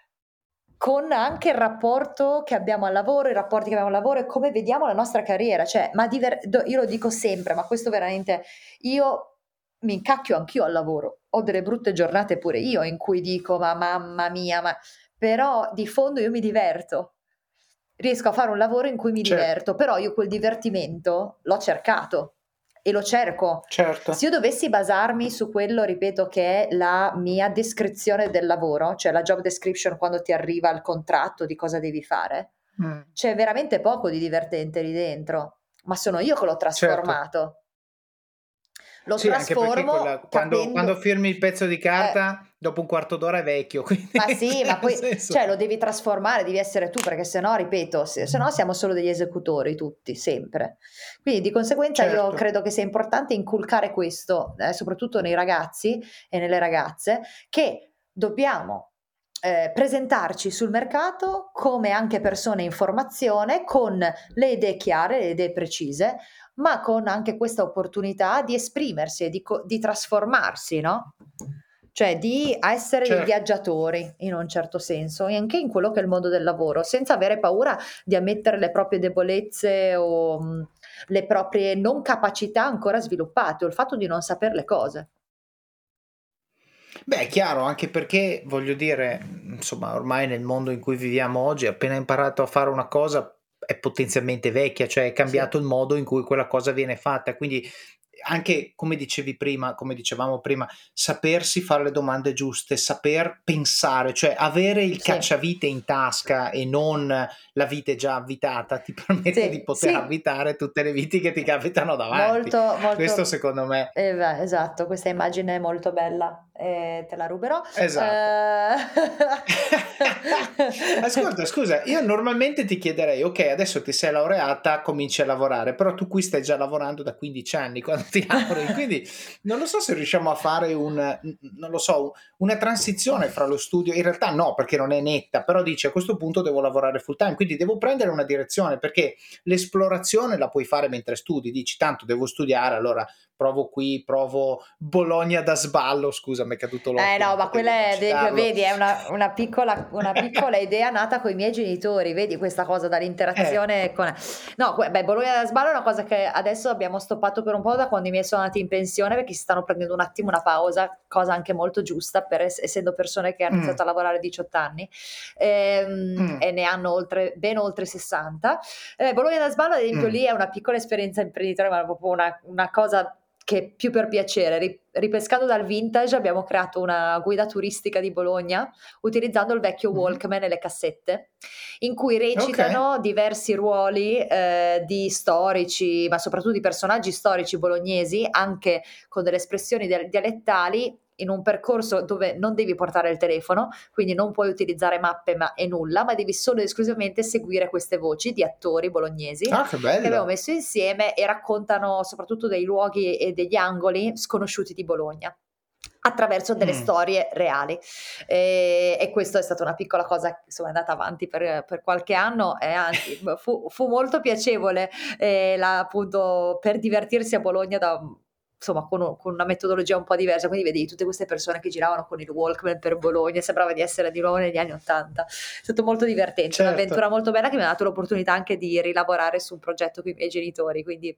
Speaker 2: con anche il rapporto che abbiamo al lavoro, i rapporti che abbiamo al lavoro e come vediamo la nostra carriera, cioè, ma diver- do- io lo dico sempre, ma questo veramente, io mi incacchio anch'io al lavoro, ho delle brutte giornate pure io in cui dico ma mamma mia, ma però di fondo io mi diverto, riesco a fare un lavoro in cui mi
Speaker 1: Certo,
Speaker 2: diverto, però io quel divertimento l'ho cercato e lo cerco.
Speaker 1: certo.
Speaker 2: Se io dovessi basarmi su quello, ripeto, che è la mia descrizione del lavoro, cioè la job description quando ti arriva il contratto di cosa devi fare,
Speaker 1: Mm,
Speaker 2: c'è veramente poco di divertente lì dentro, ma sono io che l'ho
Speaker 1: certo.
Speaker 2: trasformato. Lo
Speaker 1: Sì, anche perché quella-
Speaker 2: trasformo
Speaker 1: quando, quando
Speaker 2: capendo
Speaker 1: firmi il pezzo di
Speaker 2: eh,
Speaker 1: carta, dopo un quarto d'ora è vecchio, quindi
Speaker 2: ma sì, ma
Speaker 1: nel
Speaker 2: poi
Speaker 1: senso...
Speaker 2: cioè lo devi trasformare, devi essere tu, perché se no, ripeto, se, se no siamo solo degli esecutori tutti, sempre. Quindi di conseguenza io
Speaker 1: Certo.
Speaker 2: credo che sia importante inculcare questo, eh, soprattutto nei ragazzi e nelle ragazze, che dobbiamo eh, presentarci sul mercato come anche persone in formazione, con le idee chiare, le idee precise, ma con anche questa opportunità di esprimersi e di, co- di trasformarsi, no? Cioè di essere dei
Speaker 1: Certo.
Speaker 2: viaggiatori in un certo senso, e anche in quello che è il mondo del lavoro, senza avere paura di ammettere le proprie debolezze o mh, le proprie non capacità ancora sviluppate, o il fatto di non sapere le cose.
Speaker 1: Beh, è chiaro, anche perché voglio dire, insomma, ormai nel mondo in cui viviamo oggi, appena imparato a fare una cosa è potenzialmente vecchia, cioè è
Speaker 2: Sì,
Speaker 1: cambiato il modo in cui quella cosa viene fatta. Quindi anche come dicevi prima, come dicevamo prima, sapersi fare le domande giuste, saper pensare, cioè avere il
Speaker 2: sì,
Speaker 1: cacciavite in tasca e non la vite già avvitata, ti permette di
Speaker 2: sì,
Speaker 1: poter
Speaker 2: sì,
Speaker 1: avvitare tutte le viti che ti capitano davanti.
Speaker 2: molto,
Speaker 1: Questo
Speaker 2: molto,
Speaker 1: secondo me,
Speaker 2: eh, beh, esatto, questa immagine è molto bella, eh, te la ruberò.
Speaker 1: esatto.
Speaker 2: Eh,
Speaker 1: Ascolta, scusa, io normalmente ti chiederei, ok, adesso ti sei laureata, cominci a lavorare, però tu qui stai già lavorando da quindici anni quando ti lauri, quindi non lo so se riusciamo a fare un, non lo so, una transizione fra lo studio, in realtà no, perché non è netta, però dici a questo punto devo lavorare full time, quindi devo prendere una direzione, perché l'esplorazione la puoi fare mentre studi, dici tanto devo studiare, allora provo qui, provo Bologna da sballo, scusa, mi è caduto
Speaker 2: Eh
Speaker 1: l'occhio,
Speaker 2: no,
Speaker 1: non
Speaker 2: ma
Speaker 1: potevo
Speaker 2: quella
Speaker 1: non
Speaker 2: è, ad esempio,
Speaker 1: citarlo.
Speaker 2: vedi, è una, una piccola, una piccola idea nata con i miei genitori, vedi questa cosa
Speaker 1: Eh,
Speaker 2: dall'interazione con... No, que- beh, Bologna da sballo è una cosa che adesso abbiamo stoppato per un po' da quando i miei sono andati in pensione, perché si stanno prendendo un attimo una pausa, cosa anche molto giusta, per ess- essendo persone che hanno
Speaker 1: mm,
Speaker 2: iniziato a lavorare a diciotto anni ehm,
Speaker 1: mm,
Speaker 2: e ne hanno oltre, ben oltre sessanta. Eh, Bologna da sballo, ad esempio,
Speaker 1: mm.
Speaker 2: lì è una piccola esperienza imprenditoriale, ma è proprio una, una cosa che più per piacere, ri- ripescando dal vintage, abbiamo creato una guida turistica di Bologna utilizzando il vecchio
Speaker 1: Mhm.
Speaker 2: Walkman e le cassette, in cui
Speaker 1: Ok.
Speaker 2: recitano diversi ruoli eh, di storici, ma soprattutto di personaggi storici bolognesi, anche con delle espressioni dia- dialettali, in un percorso dove non devi portare il telefono, quindi non puoi utilizzare mappe ma, e nulla, ma devi solo ed esclusivamente seguire queste voci di attori bolognesi
Speaker 1: Ah, che
Speaker 2: che abbiamo
Speaker 1: bello.
Speaker 2: messo insieme e raccontano soprattutto dei luoghi e degli angoli sconosciuti di Bologna attraverso delle
Speaker 1: Mm.
Speaker 2: storie reali e, e questo è stata una piccola cosa che insomma è andata avanti per, per qualche anno e anzi fu, fu molto piacevole eh, la, appunto per divertirsi a Bologna da insomma con, con una metodologia un po' diversa, quindi vedi tutte queste persone che giravano con il Walkman per Bologna, sembrava di essere di nuovo negli anni Ottanta. È stato molto divertente,
Speaker 1: Certo.
Speaker 2: un'avventura molto bella che mi ha dato l'opportunità anche di rilavorare su un progetto con i miei genitori, quindi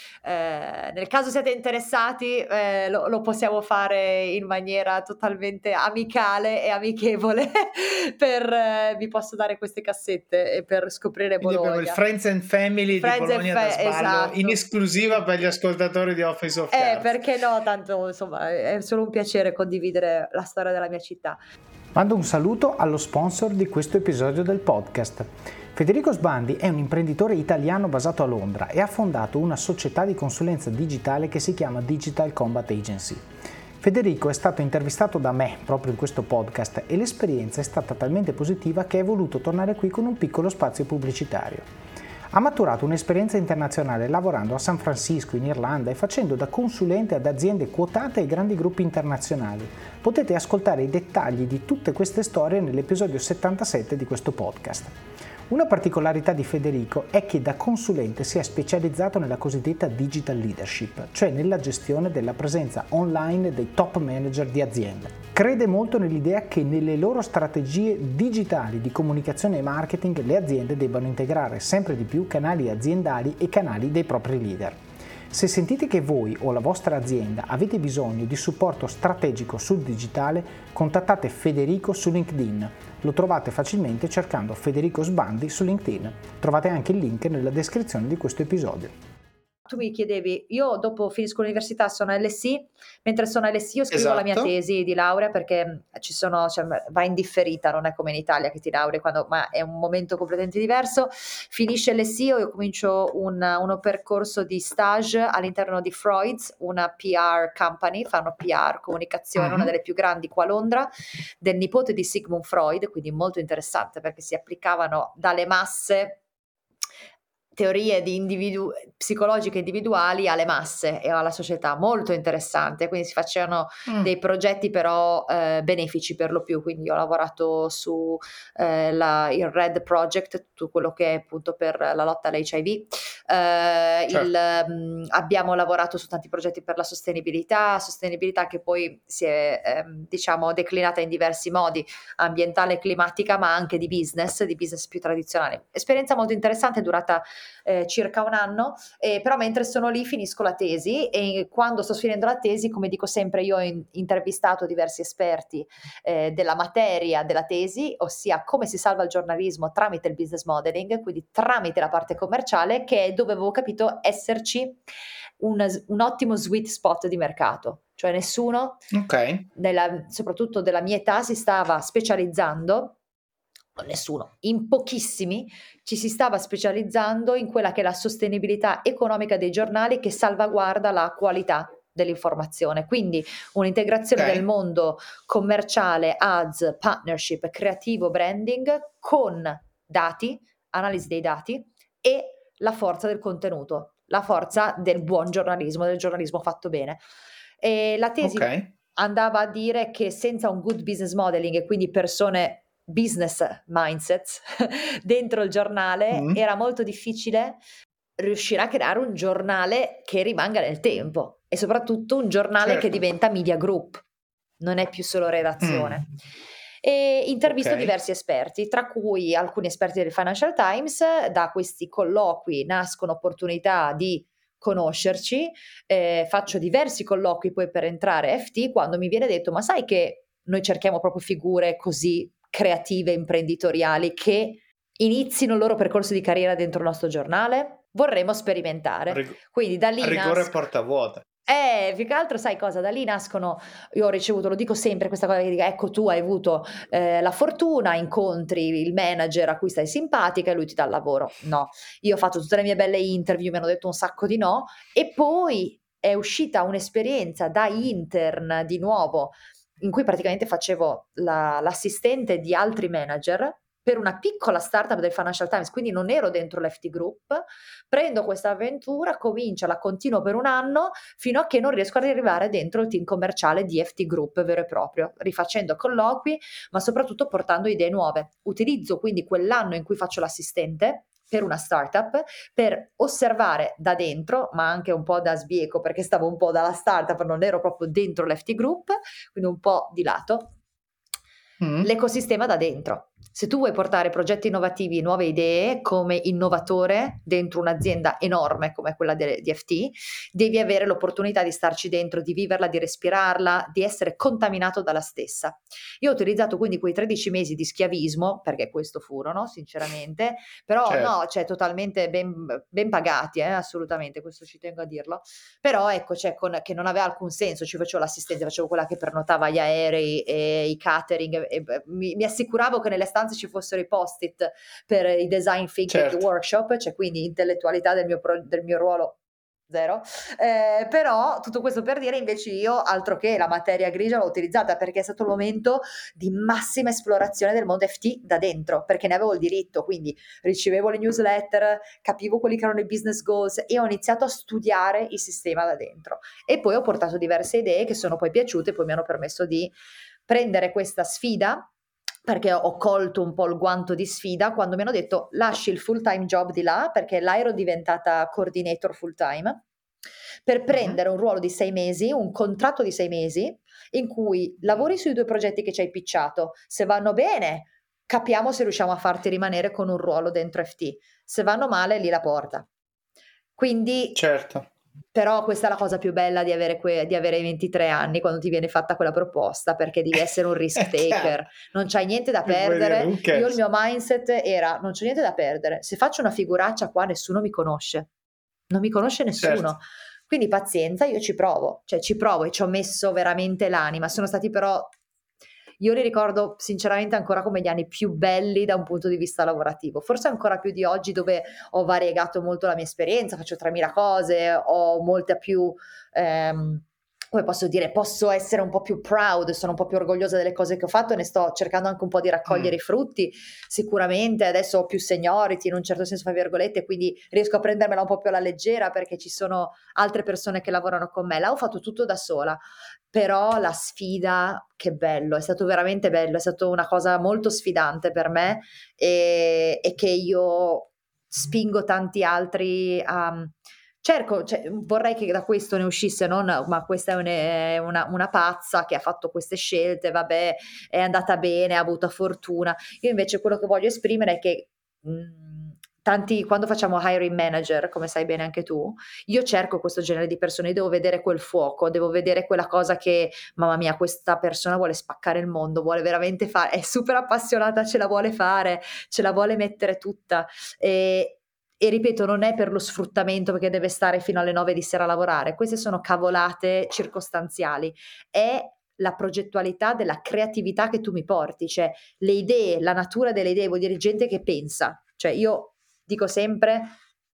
Speaker 2: eh, nel caso siate interessati eh, lo, lo possiamo fare in maniera totalmente amicale e amichevole per, eh, vi posso dare queste cassette e per scoprire
Speaker 1: Quindi abbiamo il
Speaker 2: Bologna.
Speaker 1: Friends and Family di
Speaker 2: Friends and
Speaker 1: Bologna da
Speaker 2: Fa-
Speaker 1: sballo in
Speaker 2: esatto.
Speaker 1: esclusiva per gli ascoltatori di Office of
Speaker 2: Eh,
Speaker 1: Cards.
Speaker 2: perché no, tanto insomma è solo un piacere condividere la storia della mia città.
Speaker 1: Mando un saluto allo sponsor di questo episodio del podcast. Federico Sbandi è un imprenditore italiano basato a Londra e ha fondato una società di consulenza digitale che si chiama Digital Combat Agency. Federico è stato intervistato da me proprio in questo podcast e l'esperienza è stata talmente positiva che è voluto tornare qui con un piccolo spazio pubblicitario. Ha maturato un'esperienza internazionale lavorando a San Francisco, in Irlanda e facendo da consulente ad aziende quotate e grandi gruppi internazionali. Potete ascoltare i dettagli di tutte queste storie nell'episodio settantasette di questo podcast. Una particolarità di Federico è che da consulente si è specializzato nella cosiddetta digital leadership, cioè nella gestione della presenza online dei top manager di aziende. Crede molto nell'idea che nelle loro strategie digitali di comunicazione e marketing le aziende debbano integrare sempre di più canali aziendali e canali dei propri leader. Se sentite che voi o la vostra azienda avete bisogno di supporto strategico sul digitale, contattate Federico su LinkedIn. Lo trovate facilmente cercando Federico Sbandi su LinkedIn. Trovate anche il link nella descrizione di questo episodio.
Speaker 2: Tu mi chiedevi, io dopo finisco l'università, sono L S I, mentre sono L S I io scrivo esatto. la mia tesi di laurea perché ci sono, cioè, va in differita, non è come in Italia che ti laurei quando, ma è un momento completamente diverso. Finisce L S I, io comincio un, uno percorso di stage all'interno di Freud's, una P R company, fanno P R, comunicazione, uh-huh. una delle più grandi qua a Londra, del nipote di Sigmund Freud, quindi molto interessante perché si applicavano dalle masse teorie di individu- psicologiche individuali alle masse e alla società, molto interessante, quindi si facevano mm. dei progetti però eh, benefici per lo più, quindi ho lavorato su eh, la, il RED Project, tutto quello che è appunto per la lotta all'H I V, eh, certo. il, mh, abbiamo lavorato su tanti progetti per la sostenibilità, sostenibilità che poi si è eh, diciamo declinata in diversi modi, ambientale e climatica, ma anche di business, di business più tradizionali. Esperienza molto interessante, durata Eh, circa un anno, eh, però mentre sono lì finisco la tesi e quando sto finendo la tesi, come dico sempre, io ho in- intervistato diversi esperti eh, della materia della tesi, ossia come si salva il giornalismo tramite il business modeling, quindi tramite la parte commerciale, che è dove avevo capito esserci un, un ottimo sweet spot di mercato, cioè nessuno, okay. nella, soprattutto della mia età, si stava specializzando, nessuno, in pochissimi ci si stava specializzando in quella che è la sostenibilità economica dei giornali che salvaguarda la qualità dell'informazione, quindi un'integrazione okay. del mondo commerciale, ads, partnership, creativo, branding con dati, analisi dei dati e la forza del contenuto, la forza del buon giornalismo, del giornalismo fatto bene. E la tesi okay. andava a dire che senza un good business modeling e quindi persone business mindsets dentro il giornale mm. era molto difficile riuscire a creare un giornale che rimanga nel tempo e soprattutto un giornale certo. che diventa media group, non è più solo redazione. Mm. E intervisto okay. diversi esperti, tra cui alcuni esperti del Financial Times. Da questi colloqui nascono opportunità di conoscerci, eh, faccio diversi colloqui poi per entrare a F T, quando mi viene detto: ma sai che noi cerchiamo proprio figure così creative, imprenditoriali, che inizino il loro percorso di carriera dentro il nostro giornale? Vorremmo sperimentare. Rig- Quindi da lì
Speaker 3: rigore
Speaker 2: nasc-
Speaker 3: porta vuota.
Speaker 2: Eh, più che altro sai cosa? Da lì nascono, io ho ricevuto, lo dico sempre questa cosa che dico, ecco tu hai avuto eh, la fortuna, incontri il manager a cui stai simpatica e lui ti dà il lavoro. No, io ho fatto tutte le mie belle interview, mi hanno detto un sacco di no e poi è uscita un'esperienza da intern di nuovo in cui praticamente facevo la, l'assistente di altri manager per una piccola startup del Financial Times, quindi non ero dentro l'F T Group, prendo questa avventura, comincio, la continuo per un anno fino a che non riesco ad arrivare dentro il team commerciale di F T Group vero e proprio, rifacendo colloqui, ma soprattutto portando idee nuove. Utilizzo quindi quell'anno in cui faccio l'assistente per una startup, per osservare da dentro, ma anche un po' da sbieco, perché stavo un po' dalla startup, non ero proprio dentro l'F T Group, quindi un po' di lato, mm. l'ecosistema da dentro. Se tu vuoi portare progetti innovativi, nuove idee come innovatore dentro un'azienda enorme come quella di, di F T, devi avere l'opportunità di starci dentro, di viverla, di respirarla, di essere contaminato dalla stessa. Io ho utilizzato quindi quei tredici mesi di schiavismo, perché questo furono sinceramente, però certo. no, cioè totalmente ben, ben pagati, eh, assolutamente, questo ci tengo a dirlo, però ecco, cioè, con, che non aveva alcun senso, ci facevo l'assistenza, facevo quella che prenotava gli aerei e i catering, e, e, mi, mi assicuravo che nelle stanze ci fossero i post-it per i design thinking certo. workshop, cioè quindi intellettualità del mio, pro, del mio ruolo zero, eh, però tutto questo per dire invece io altro che la materia grigia l'ho utilizzata perché è stato il momento di massima esplorazione del mondo F T da dentro, perché ne avevo il diritto, quindi ricevevo le newsletter, capivo quelli che erano i business goals e ho iniziato a studiare il sistema da dentro e poi ho portato diverse idee che sono poi piaciute e poi mi hanno permesso di prendere questa sfida, perché ho colto un po' il guanto di sfida quando mi hanno detto lasci il full time job di là, perché là ero diventata coordinator full time, per prendere uh-huh. un ruolo di sei mesi, un contratto di sei mesi in cui lavori sui due progetti che ci hai pitchato, se vanno bene capiamo se riusciamo a farti rimanere con un ruolo dentro F T, se vanno male lì la porta. Quindi
Speaker 3: certo.
Speaker 2: Però questa è la cosa più bella di avere, que- di avere ventitré anni quando ti viene fatta quella proposta, perché devi essere un risk
Speaker 1: È chiaro.
Speaker 2: taker, non c'hai niente da
Speaker 1: Mi puoi dire,
Speaker 2: perdere.
Speaker 1: who
Speaker 2: Io il
Speaker 1: cares?
Speaker 2: mio mindset era non c'è niente da perdere, se faccio una figuraccia qua nessuno mi conosce, non mi conosce
Speaker 1: Certo.
Speaker 2: nessuno, quindi pazienza, io ci provo, cioè ci provo e ci ho messo veramente l'anima. Sono stati però, io li ricordo sinceramente ancora come gli anni più belli da un punto di vista lavorativo, forse ancora più di oggi dove ho variegato molto la mia esperienza, faccio tremila cose, ho molta più, ehm, come posso dire, posso essere un po' più proud, sono un po' più orgogliosa delle cose che ho fatto, ne sto cercando anche un po' di raccogliere
Speaker 1: Mm.
Speaker 2: i frutti, sicuramente adesso ho più seniority in un certo senso, fra virgolette, quindi riesco a prendermela un po' più alla leggera perché ci sono altre persone che lavorano con me. Là ho fatto tutto da sola, però la sfida, che bello, è stato veramente bello, è stata una cosa molto sfidante per me e, e che io spingo tanti altri a... Cerco, cioè, vorrei che da questo ne uscisse, non, ma questa è un- è una, una pazza che ha fatto queste scelte, vabbè, è andata bene, ha avuto fortuna. Io invece quello che voglio esprimere è che mh, tanti, quando facciamo hiring manager, come sai bene anche tu, io cerco questo genere di persone, devo vedere quel fuoco, devo vedere quella cosa che, mamma mia, questa persona vuole spaccare il mondo, vuole veramente fare, è super appassionata, ce la vuole fare, ce la vuole mettere tutta. E, e ripeto, non è per lo sfruttamento perché deve stare fino alle nove di sera a lavorare, queste sono cavolate circostanziali, è la progettualità della creatività che tu mi porti, cioè le idee, la natura delle idee, vuol dire gente che pensa, cioè io dico sempre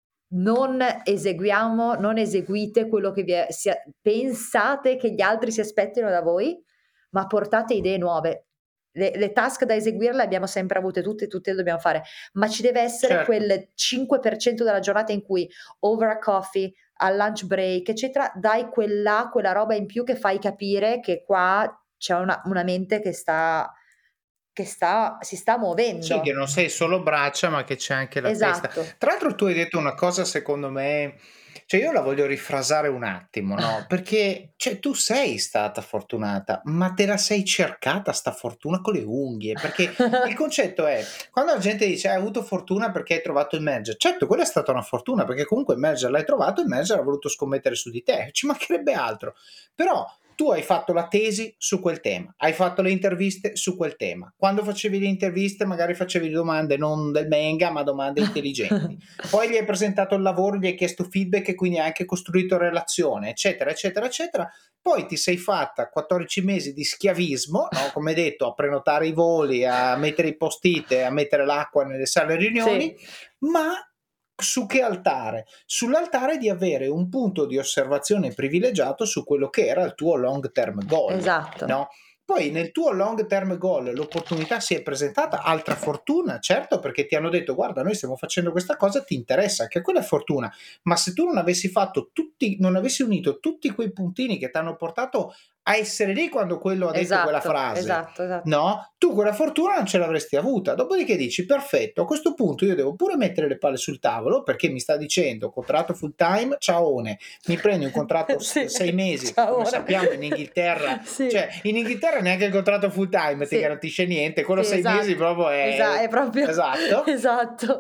Speaker 2: non eseguiamo, non eseguite quello che vi è, sia, pensate che gli altri si aspettino da voi, ma portate idee nuove. Le, le task da eseguire le abbiamo sempre avute tutte e tutte le dobbiamo fare, ma ci deve essere
Speaker 1: Certo.
Speaker 2: quel cinque per cento della giornata in cui over a coffee, al lunch break, eccetera, dai quella, quella roba in più che fai capire che qua c'è una, una mente che sta, che sta, si sta
Speaker 1: Sì, che
Speaker 2: muovendo.
Speaker 1: non sei solo braccia, ma che c'è anche la testa.
Speaker 2: Esatto.
Speaker 1: Tra l'altro tu hai detto una cosa secondo me, cioè io la voglio rifrasare un attimo, no? Perché cioè, tu sei stata fortunata, ma te la sei cercata sta fortuna con le unghie, perché il concetto è, quando la gente dice hai avuto fortuna perché hai trovato il manager, certo quella è stata una fortuna, perché comunque il manager l'hai trovato, il manager ha voluto scommettere su di te, ci mancherebbe altro, però tu hai fatto la tesi su quel tema, hai fatto le interviste su quel tema. Quando facevi le interviste magari facevi domande non del manga, ma domande intelligenti. Poi gli hai presentato il lavoro, gli hai chiesto feedback e quindi hai anche costruito relazione, eccetera, eccetera, eccetera. Poi ti sei fatta quattordici mesi di schiavismo, no? Come detto, a prenotare i voli, a mettere i post-it, a mettere l'acqua nelle sale riunioni,
Speaker 2: Sì,
Speaker 1: ma su che altare? Sull'altare di avere un punto di osservazione privilegiato su quello che era il tuo long term goal,
Speaker 2: esatto.
Speaker 1: no? Poi nel tuo long term goal l'opportunità si è presentata, altra fortuna, certo, perché ti hanno detto guarda noi stiamo facendo questa cosa, ti interessa, anche quella è fortuna, ma se tu non avessi fatto tutti, non avessi unito tutti quei puntini che ti hanno portato a essere lì quando quello ha detto quella
Speaker 2: Esatto,
Speaker 1: frase,
Speaker 2: esatto, esatto.
Speaker 1: no? Tu quella fortuna non ce l'avresti avuta. Dopodiché dici: perfetto, a questo punto io devo pure mettere le palle sul tavolo perché mi sta dicendo contratto full time, ciaone, mi prendi un contratto s-
Speaker 2: Sì,
Speaker 1: sei mesi, che
Speaker 2: ciao
Speaker 1: come
Speaker 2: ora.
Speaker 1: sappiamo in Inghilterra,
Speaker 2: Sì,
Speaker 1: cioè in Inghilterra neanche il contratto full time ti
Speaker 2: sì,
Speaker 1: garantisce niente, quello
Speaker 2: sì,
Speaker 1: sei mesi
Speaker 2: esatto,
Speaker 1: proprio
Speaker 2: esa
Speaker 1: è
Speaker 2: è proprio
Speaker 1: esatto.
Speaker 2: esatto.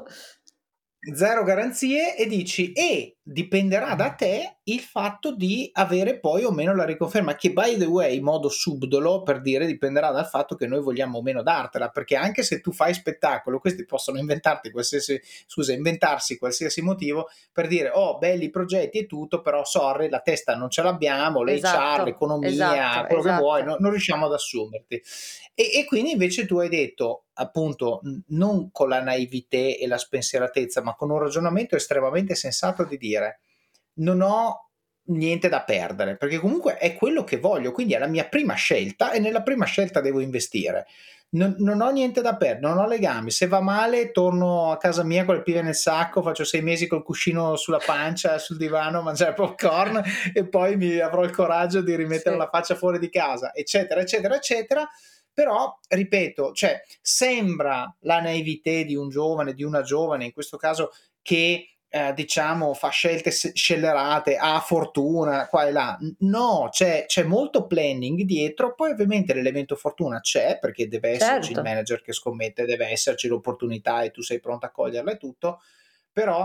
Speaker 1: Zero garanzie e dici e dipenderà da te il fatto di avere poi o meno la riconferma, che by the way in modo subdolo per dire dipenderà dal fatto che noi vogliamo o meno dartela, perché anche se tu fai spettacolo questi possono inventarti qualsiasi scusa inventarsi qualsiasi motivo per dire oh belli progetti e tutto, però sorry la testa non ce l'abbiamo, l'H R,
Speaker 2: Esatto,
Speaker 1: l'economia,
Speaker 2: esatto,
Speaker 1: quello che vuoi,
Speaker 2: esatto.
Speaker 1: no, non riusciamo ad assumerti. E, e quindi invece tu hai detto, appunto, n- non con la naivete e la spensieratezza, ma con un ragionamento estremamente sensato di dire non ho niente da perdere, perché comunque è quello che voglio, quindi è la mia prima scelta e nella prima scelta devo investire. Non, non ho niente da perdere, non ho legami. Se va male, torno a casa mia con le pive nel sacco, faccio sei mesi col cuscino sulla pancia, sul divano a mangiare popcorn e poi mi avrò il coraggio di rimettere la
Speaker 2: Sì,
Speaker 1: faccia fuori di casa, eccetera, eccetera, eccetera. Però, ripeto, cioè, sembra la naivete di un giovane, di una giovane, in questo caso, che eh, diciamo fa scelte scellerate, ha fortuna qua e là. No, c'è, c'è molto planning dietro, poi ovviamente l'elemento fortuna c'è perché deve esserci il
Speaker 2: certo.
Speaker 1: manager che scommette, deve esserci l'opportunità e tu sei pronto a coglierla e tutto, però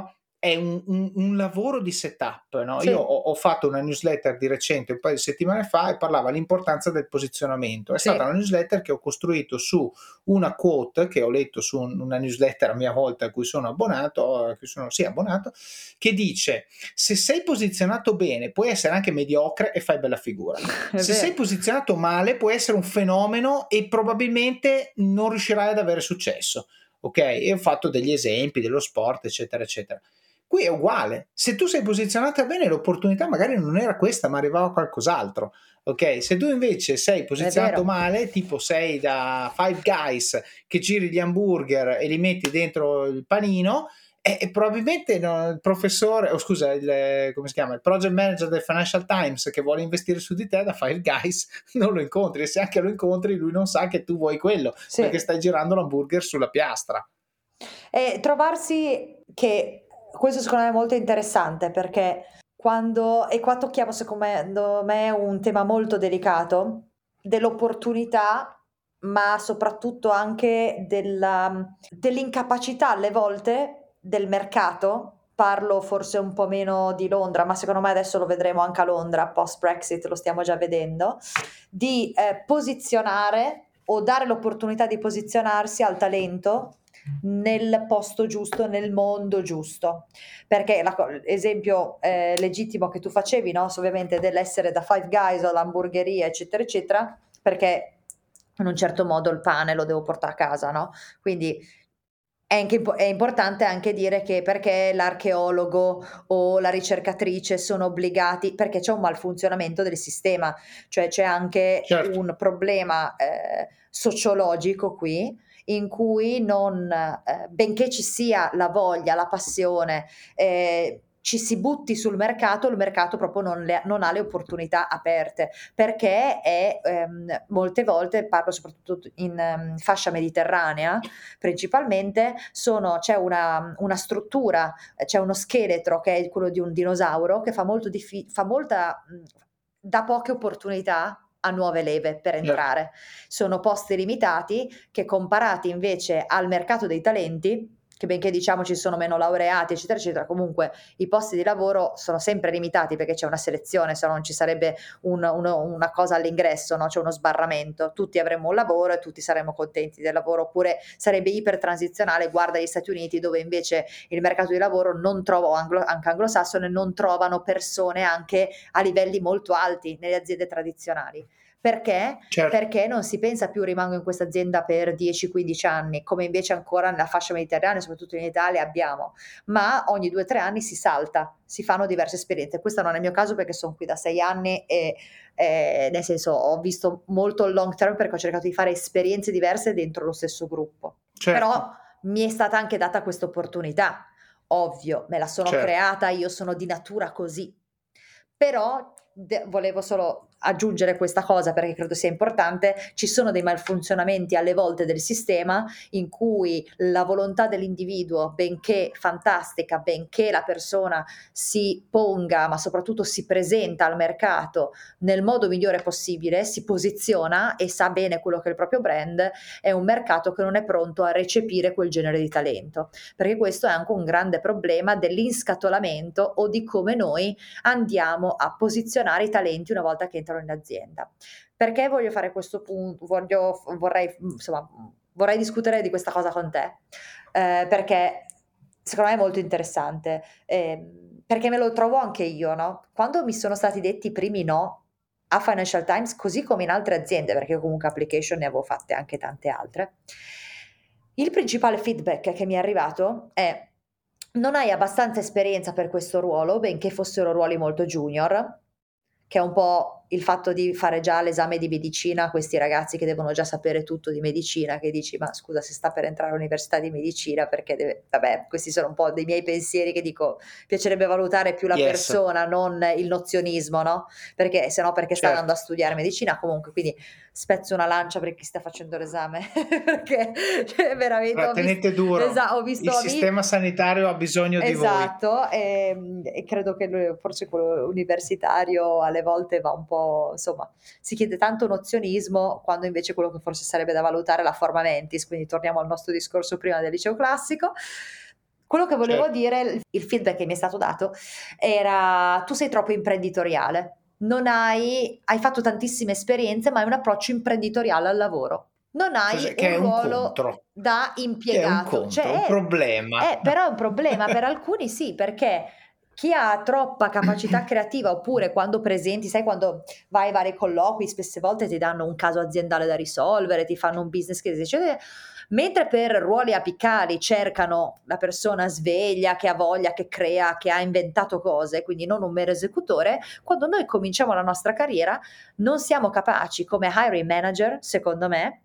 Speaker 1: è un, un, un lavoro di setup, no?
Speaker 2: Sì.
Speaker 1: Io ho, ho fatto una newsletter di recente, un paio di settimane fa, e parlava l'importanza del posizionamento. È
Speaker 2: Sì.
Speaker 1: stata una newsletter che ho costruito su una quote che ho letto su un, una newsletter a mia volta a cui sono abbonato, a cui sono sì abbonato, che dice: se sei posizionato bene puoi essere anche mediocre e fai bella figura. Se sei posizionato male puoi essere un fenomeno e probabilmente non riuscirai ad avere successo. Ok? E ho fatto degli esempi dello sport, eccetera, eccetera. Qui è uguale, se tu sei posizionata bene l'opportunità magari non era questa ma arrivava qualcos'altro, ok? Se tu invece sei posizionato male, tipo sei da Five Guys che giri gli hamburger e li metti dentro il panino, e, e probabilmente no, il professore, o oh, scusa, il, come si chiama, il project manager del Financial Times che vuole investire su di te da Five Guys non lo incontri, e se anche lo incontri lui non sa che tu vuoi quello, sì, perché stai girando l'hamburger sulla piastra.
Speaker 2: E trovarsi che questo secondo me è molto interessante, perché quando, e qua tocchiamo secondo me un tema molto delicato dell'opportunità, ma soprattutto anche della, dell'incapacità alle volte del mercato. Parlo forse un po' meno di Londra, ma secondo me adesso lo vedremo anche a Londra, post Brexit lo stiamo già vedendo, di eh, posizionare o dare l'opportunità di posizionarsi al talento nel posto giusto, nel mondo giusto. Perché l'esempio eh, legittimo che tu facevi, no? Ovviamente dell'essere da Five Guys o all'hamburgeria, eccetera, eccetera, perché in un certo modo il pane lo devo portare a casa, no? Quindi è, anche, è importante anche dire che perché l'archeologo o la ricercatrice sono obbligati, perché c'è un malfunzionamento del sistema, cioè c'è anche certo. un problema eh, sociologico qui, in cui non, eh, benché ci sia la voglia, la passione, eh, ci si butti sul mercato, il mercato proprio non, le, non ha le opportunità aperte, perché è ehm, molte volte, parlo soprattutto in um, fascia mediterranea, principalmente sono, c'è una, una struttura, c'è uno scheletro che è quello di un dinosauro che fa, molto diffi- fa molta, dà poche opportunità a nuove leve per entrare. Sono posti limitati che, comparati invece al mercato dei talenti, che benché diciamo ci sono meno laureati eccetera eccetera, comunque i posti di lavoro sono sempre limitati perché c'è una selezione, se no non ci sarebbe un, uno, una cosa all'ingresso, no? C'è uno sbarramento, tutti avremmo un lavoro e tutti saremmo contenti del lavoro, oppure sarebbe ipertransizionale. Guarda gli Stati Uniti, dove invece il mercato di lavoro non trova, anglo, anche anglosassone, non trovano persone anche a livelli molto alti nelle aziende tradizionali. Perché? Certo. Perché non si pensa più rimango in questa azienda per dieci quindici anni, come invece ancora nella fascia mediterranea, soprattutto in Italia abbiamo, ma ogni due o tre anni si salta, si fanno diverse esperienze. Questo non è il mio caso perché sono qui da sei anni e eh, nel senso ho visto molto il long term perché ho cercato di fare esperienze diverse dentro lo stesso gruppo. Certo. Però mi è stata anche data questa opportunità, ovvio, me la sono certo. creata, io sono di natura così. Però de- volevo solo aggiungere questa cosa perché credo sia importante. Ci sono dei malfunzionamenti alle volte del sistema in cui la volontà dell'individuo, benché fantastica, benché la persona si ponga, ma soprattutto si presenta al mercato nel modo migliore possibile, si posiziona e sa bene quello che è il proprio brand, è un mercato che non è pronto a recepire quel genere di talento, perché questo è anche un grande problema dell'inscatolamento o di come noi andiamo a posizionare i talenti una volta che entrano in azienda. Perché voglio fare questo punto? Voglio, vorrei, insomma, vorrei discutere di questa cosa con te, eh, perché secondo me è molto interessante, eh, perché me lo trovo anche io, no? Quando mi sono stati detti i primi no a Financial Times, così come in altre aziende, perché io comunque application ne avevo fatte anche tante altre, il principale feedback che mi è arrivato è: non hai abbastanza esperienza per questo ruolo, benché fossero ruoli molto junior, che è un po' il fatto di fare già l'esame di medicina a questi ragazzi che devono già sapere tutto di medicina, che dici ma scusa, se sta per entrare all'università di medicina perché deve, vabbè, questi sono un po' dei miei pensieri che dico, piacerebbe valutare più la yes. persona, non il nozionismo, no? Perché se no perché certo. sta andando a studiare medicina, comunque, quindi spezzo una lancia per chi sta facendo l'esame, perché cioè, veramente
Speaker 1: Però
Speaker 2: ho
Speaker 1: tenete
Speaker 2: visto,
Speaker 1: duro,
Speaker 2: esatto, ho visto
Speaker 1: il sistema
Speaker 2: amici,
Speaker 1: sanitario ha bisogno di
Speaker 2: esatto,
Speaker 1: voi.
Speaker 2: E, e credo che forse quello universitario alle volte va un po', insomma, si chiede tanto nozionismo quando invece quello che forse sarebbe da valutare è la forma mentis, quindi torniamo al nostro discorso prima del liceo classico. Quello che volevo
Speaker 1: Certo.
Speaker 2: dire, il feedback che mi è stato dato era: tu sei troppo imprenditoriale, non hai hai fatto tantissime esperienze, ma hai un approccio imprenditoriale al lavoro. Non hai
Speaker 1: Cos'è
Speaker 2: un
Speaker 1: che è un
Speaker 2: ruolo
Speaker 1: contro,
Speaker 2: da
Speaker 1: che è un
Speaker 2: impiegato. Cioè
Speaker 1: contro, un
Speaker 2: è
Speaker 1: problema.
Speaker 2: eh, però è un problema per alcuni sì, perché chi ha troppa capacità creativa, oppure quando presenti, sai quando vai ai vari colloqui, spesse volte ti danno un caso aziendale da risolvere, ti fanno un business case, eccetera. Mentre per ruoli apicali cercano la persona sveglia, che ha voglia, che crea, che ha inventato cose, quindi non un mero esecutore, quando noi cominciamo la nostra carriera non siamo capaci come hiring manager, secondo me,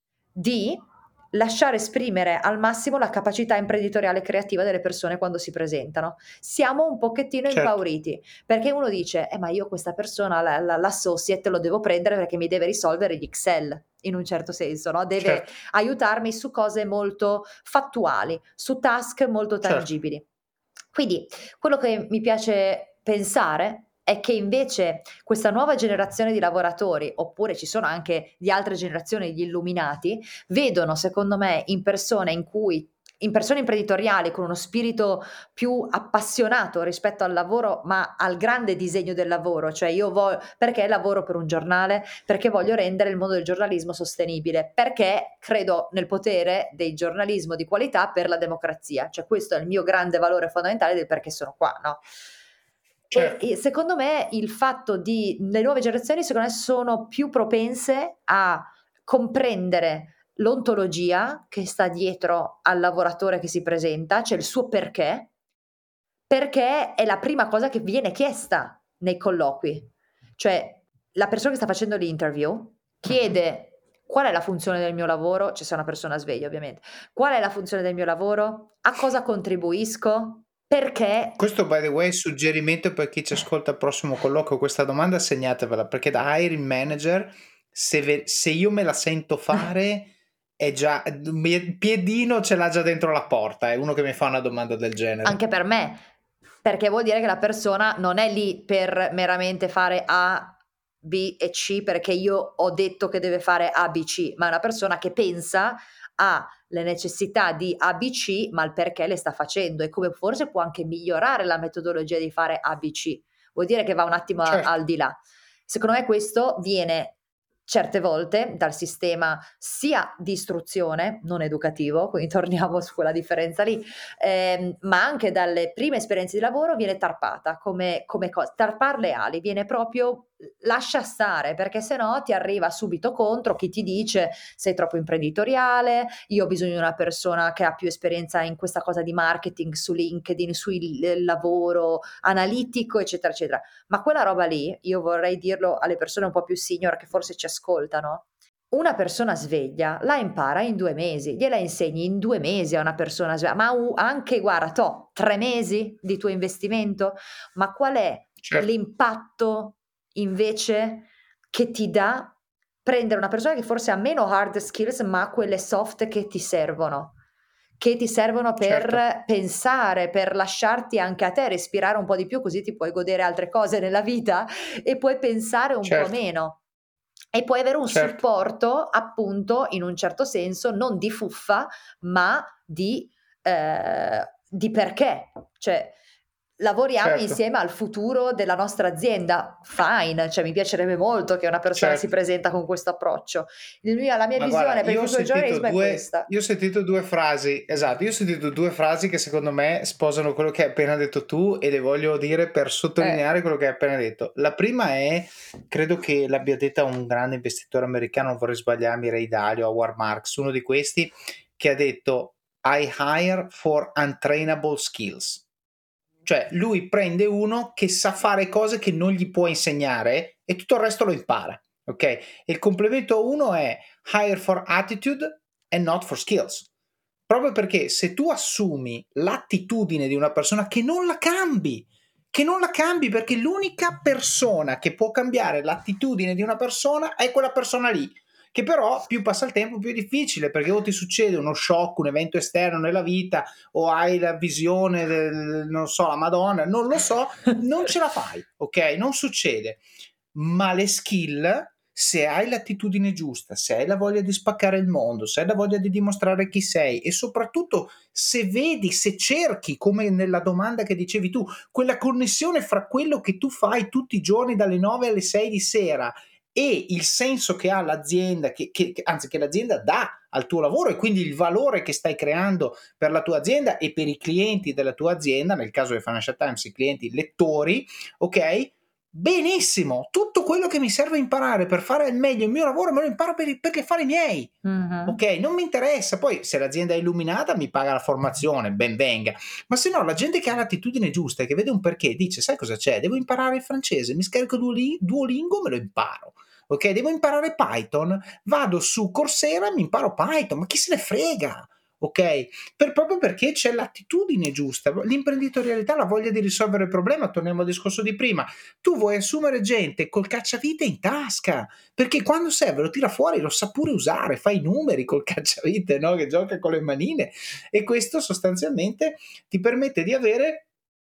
Speaker 2: di lasciare esprimere al massimo la capacità imprenditoriale e creativa delle persone quando si presentano. Siamo un pochettino
Speaker 1: Certo.
Speaker 2: impauriti, perché uno dice: "Eh, ma io questa persona, la la l'associate lo devo prendere perché mi deve risolvere gli Excel", in un certo senso, no, deve
Speaker 1: Certo,
Speaker 2: aiutarmi su cose molto fattuali, su task molto
Speaker 1: certo.
Speaker 2: tangibili. Quindi quello che mi piace pensare è che invece questa nuova generazione di lavoratori, oppure ci sono anche di altre generazioni, gli illuminati, vedono secondo me in persone in cui in persone imprenditoriali con uno spirito più appassionato rispetto al lavoro, ma al grande disegno del lavoro, cioè io vo perché lavoro per un giornale? Perché voglio rendere il mondo del giornalismo sostenibile, perché credo nel potere del giornalismo di qualità per la democrazia, cioè questo è il mio grande valore fondamentale del perché sono qua, no? E,
Speaker 1: Certo.
Speaker 2: e secondo me il fatto di le nuove generazioni secondo me sono più propense a comprendere l'ontologia che sta dietro al lavoratore che si presenta, cioè il suo perché, perché è la prima cosa che viene chiesta nei colloqui. Cioè, la persona che sta facendo l'interview chiede: "Qual è la funzione del mio lavoro?" Cioè se è una persona sveglia ovviamente. "Qual è la funzione del mio lavoro? A cosa contribuisco? Perché?"
Speaker 1: Questo by the way suggerimento per chi ci ascolta al prossimo colloquio, questa domanda segnatevela, perché da hiring manager se ve se io me la sento fare è già il piedino ce l'ha già dentro la porta, è uno che mi fa una domanda del genere.
Speaker 2: Anche per me, perché vuol dire che la persona non è lì per meramente fare A, B e C perché io ho detto che deve fare A, B, C, ma è una persona che pensa ha le necessità di A B C, ma il perché le sta facendo e come forse può anche migliorare la metodologia di fare A B C. Vuol dire che va un attimo a
Speaker 1: Certo,
Speaker 2: al di là. Secondo me questo viene certe volte dal sistema sia di istruzione, non educativo, quindi torniamo su quella differenza lì, ehm, ma anche dalle prime esperienze di lavoro viene tarpata come come cos tarpar le ali, viene proprio lascia stare, perché se no ti arriva subito contro chi ti dice: "Sei troppo imprenditoriale, io ho bisogno di una persona che ha più esperienza in questa cosa di marketing su LinkedIn, sul il lavoro analitico", eccetera, eccetera. Ma quella roba lì, io vorrei dirlo alle persone un po' più senior che forse ci ascoltano, una persona sveglia la impara in due mesi, gliela insegni in due mesi a una persona sve ma u anche guarda toh, tre mesi di tuo investimento? Ma qual è
Speaker 1: certo,
Speaker 2: l'impatto invece che ti dà prendere una persona che forse ha meno hard skills, ma quelle soft che ti servono, che ti servono
Speaker 1: certo,
Speaker 2: per pensare, per lasciarti anche a te respirare un po' di più, così ti puoi godere altre cose nella vita e puoi pensare un po'
Speaker 1: certo,
Speaker 2: meno. E puoi avere un
Speaker 1: certo,
Speaker 2: supporto, appunto, in un certo senso, non di fuffa, ma di ehm, di perché. Cioè, lavoriamo
Speaker 1: certo,
Speaker 2: insieme al futuro della nostra azienda, fine, cioè mi piacerebbe molto che una persona si
Speaker 1: certo.
Speaker 2: presenta con questo approccio. Il mio la mia
Speaker 1: Ma guarda,
Speaker 2: visione per il
Speaker 1: io ho
Speaker 2: futuro del
Speaker 1: sentito
Speaker 2: giornalismo è
Speaker 1: due
Speaker 2: questa.
Speaker 1: io ho sentito due frasi esatto, io ho sentito due frasi che secondo me sposano quello che hai appena detto tu e le voglio dire per
Speaker 2: Eh.
Speaker 1: sottolineare quello che hai appena detto. La prima è, credo che l'abbia detta un grande investitore americano, non vorrei sbagliarmi, Ray Dalio, Howard Marks, uno di questi, che ha detto: "I hire for untrainable skills". Cioè lui prende uno che sa fare cose che non gli può insegnare e tutto il resto lo impara, ok? E il complemento uno è hire for attitude and not for skills. Proprio perché se tu assumi l'attitudine di una persona che non la cambi, che non la cambi perché l'unica persona che può cambiare l'attitudine di una persona è quella persona lì, che però più passa il tempo più è difficile perché o ti succede uno shock, un evento esterno nella vita o hai la visione del, non so, la Madonna, non lo so, non ce la fai, ok? Non succede. Ma le skill se hai l'attitudine giusta, se hai la voglia di spaccare il mondo, se hai la voglia di dimostrare chi sei e soprattutto se vedi, se cerchi, come nella domanda che dicevi tu, quella connessione fra quello che tu fai tutti i giorni dalle nove alle sei di sera e il senso che ha l'azienda, che, che, anzi che l'azienda dà al tuo lavoro e quindi il valore che stai creando per la tua azienda e per i clienti della tua azienda, nel caso del Financial Times i clienti lettori, ok? Benissimo, tutto quello che mi serve imparare per fare al meglio il mio lavoro me lo imparo per, per fare i miei.
Speaker 2: Mhm.
Speaker 1: Ok, non mi interessa, poi se l'azienda è illuminata mi paga la formazione, ben venga, ma se no la gente che ha l'attitudine giusta e che vede un perché dice sai cosa c'è, devo imparare il francese, mi scarico Duoli- Duolingo, me lo imparo. Ok, devo imparare Python, vado su Coursera, mi imparo Python, ma chi se ne frega? Ok, per, proprio perché c'è l'attitudine giusta, l'imprenditorialità, la voglia di risolvere il problema. Torniamo al discorso di prima, tu vuoi assumere gente col cacciavite in tasca, perché quando serve lo tira fuori, lo sa pure usare, fa i numeri col cacciavite, no? Che gioca con le manine, e questo sostanzialmente ti permette di avere,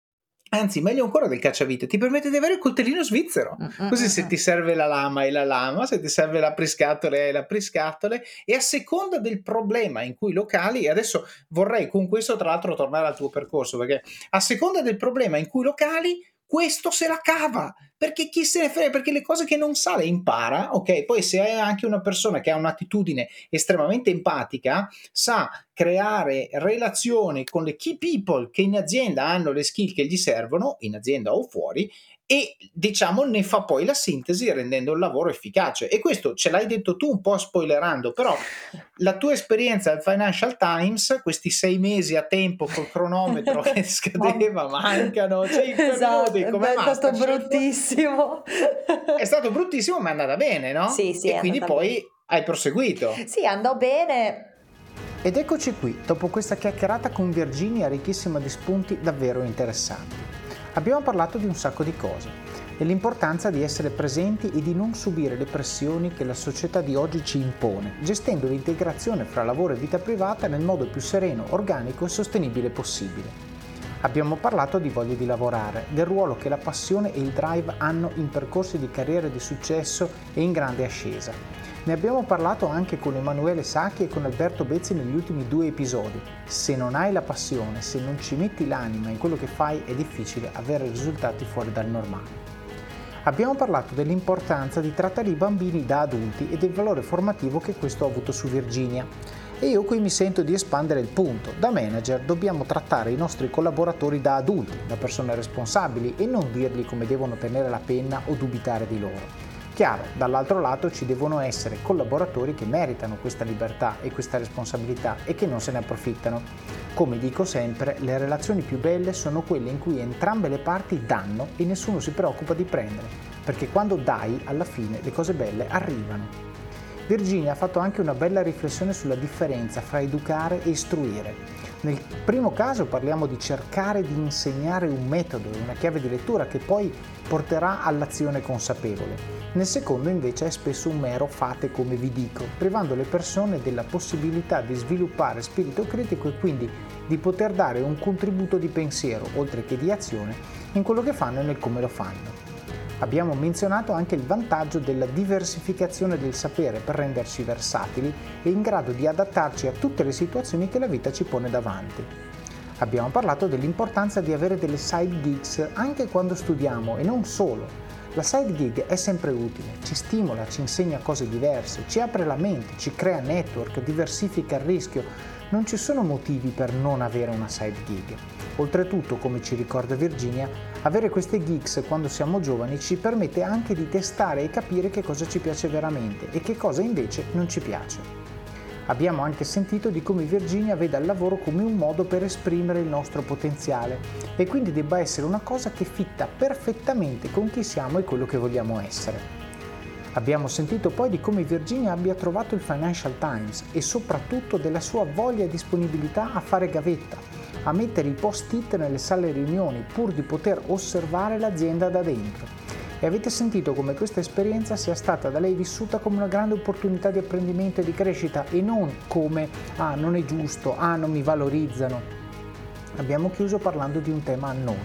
Speaker 1: anzi meglio ancora del cacciavite, ti permette di avere il coltellino svizzero, così se ti serve la lama hai la lama, se ti serve l'apriscatole hai l'apriscatole, e a seconda del problema in cui lo cali, e adesso vorrei con questo tra l'altro tornare al tuo percorso, perché a seconda del problema in cui lo cali questo se la cava, perché chi se ne frega, perché le cose che non sa le impara, ok? Poi se hai anche una persona che ha un'attitudine estremamente empatica, sa creare relazioni con le key people che in azienda hanno le skill che gli servono, in azienda o fuori, e diciamo ne fa poi la sintesi rendendo il lavoro efficace. E questo ce l'hai detto tu un po' spoilerando, però la tua esperienza al Financial Times, questi sei mesi a tempo col cronometro che scadeva, mancano cinque
Speaker 2: esatto,
Speaker 1: minuti come
Speaker 2: è stato
Speaker 1: Masterchef,
Speaker 2: bruttissimo.
Speaker 1: è stato bruttissimo ma è andata bene, no?
Speaker 2: Sì, sì,
Speaker 1: E
Speaker 2: è
Speaker 1: quindi
Speaker 2: andata
Speaker 1: poi
Speaker 2: bene.
Speaker 1: hai proseguito.
Speaker 2: Sì, andò bene.
Speaker 1: Ed eccoci qui, dopo questa chiacchierata con Virginia ricchissima di spunti davvero interessanti. Abbiamo parlato di un sacco di cose, dell'importanza di essere presenti e di non subire le pressioni che la società di oggi ci impone, gestendo l'integrazione fra lavoro e vita privata nel modo più sereno, organico e sostenibile possibile. Abbiamo parlato di voglia di lavorare, del ruolo che la passione e il drive hanno in percorsi di carriera di successo e in grande ascesa. Ne abbiamo parlato anche con Emanuele Sacchi e con Alberto Bezzi negli ultimi due episodi. Se non hai la passione, se non ci metti l'anima in quello che fai, è difficile avere risultati fuori dal normale. Abbiamo parlato dell'importanza di trattare i bambini da adulti e del valore formativo che questo ha avuto su Virginia. E io qui mi sento di espandere il punto. Da manager dobbiamo trattare i nostri collaboratori da adulti, da persone responsabili, e non dirgli come devono tenere la penna o dubitare di loro. Chiaro, dall'altro lato ci devono essere collaboratori che meritano questa libertà e questa responsabilità e che non se ne approfittano. Come dico sempre, le relazioni più belle sono quelle in cui entrambe le parti danno e nessuno si preoccupa di prendere, perché quando dai, alla fine le cose belle arrivano. Virginia ha fatto anche una bella riflessione sulla differenza fra educare e istruire. Nel primo caso parliamo di cercare di insegnare un metodo e una chiave di lettura che poi porterà all'azione consapevole. Nel secondo invece è spesso un mero fate come vi dico, privando le persone della possibilità di sviluppare spirito critico e quindi di poter dare un contributo di pensiero, oltre che di azione, in quello che fanno e nel come lo fanno. Abbiamo menzionato anche il vantaggio della diversificazione del sapere per renderci versatili e in grado di adattarci a tutte le situazioni che la vita ci pone davanti. Abbiamo parlato dell'importanza di avere delle side gigs anche quando studiamo e non solo. La side gig è sempre utile, ci stimola, ci insegna cose diverse, ci apre la mente, ci crea network, diversifica il rischio. Non ci sono motivi per non avere una side gig. Oltretutto, come ci ricorda Virginia, avere queste gigs quando siamo giovani ci permette anche di testare e capire che cosa ci piace veramente e che cosa invece non ci piace. Abbiamo anche sentito di come Virginia veda il lavoro come un modo per esprimere il nostro potenziale e quindi debba essere una cosa che fitta perfettamente con chi siamo e quello che vogliamo essere. Abbiamo sentito poi di come Virginia abbia trovato il Financial Times e soprattutto della sua voglia e disponibilità a fare gavetta, a mettere i post-it nelle sale riunioni pur di poter osservare l'azienda da dentro. E avete sentito come questa esperienza sia stata da lei vissuta come una grande opportunità di apprendimento e di crescita e non come ah non è giusto, ah non mi valorizzano. Abbiamo chiuso parlando di un tema annoso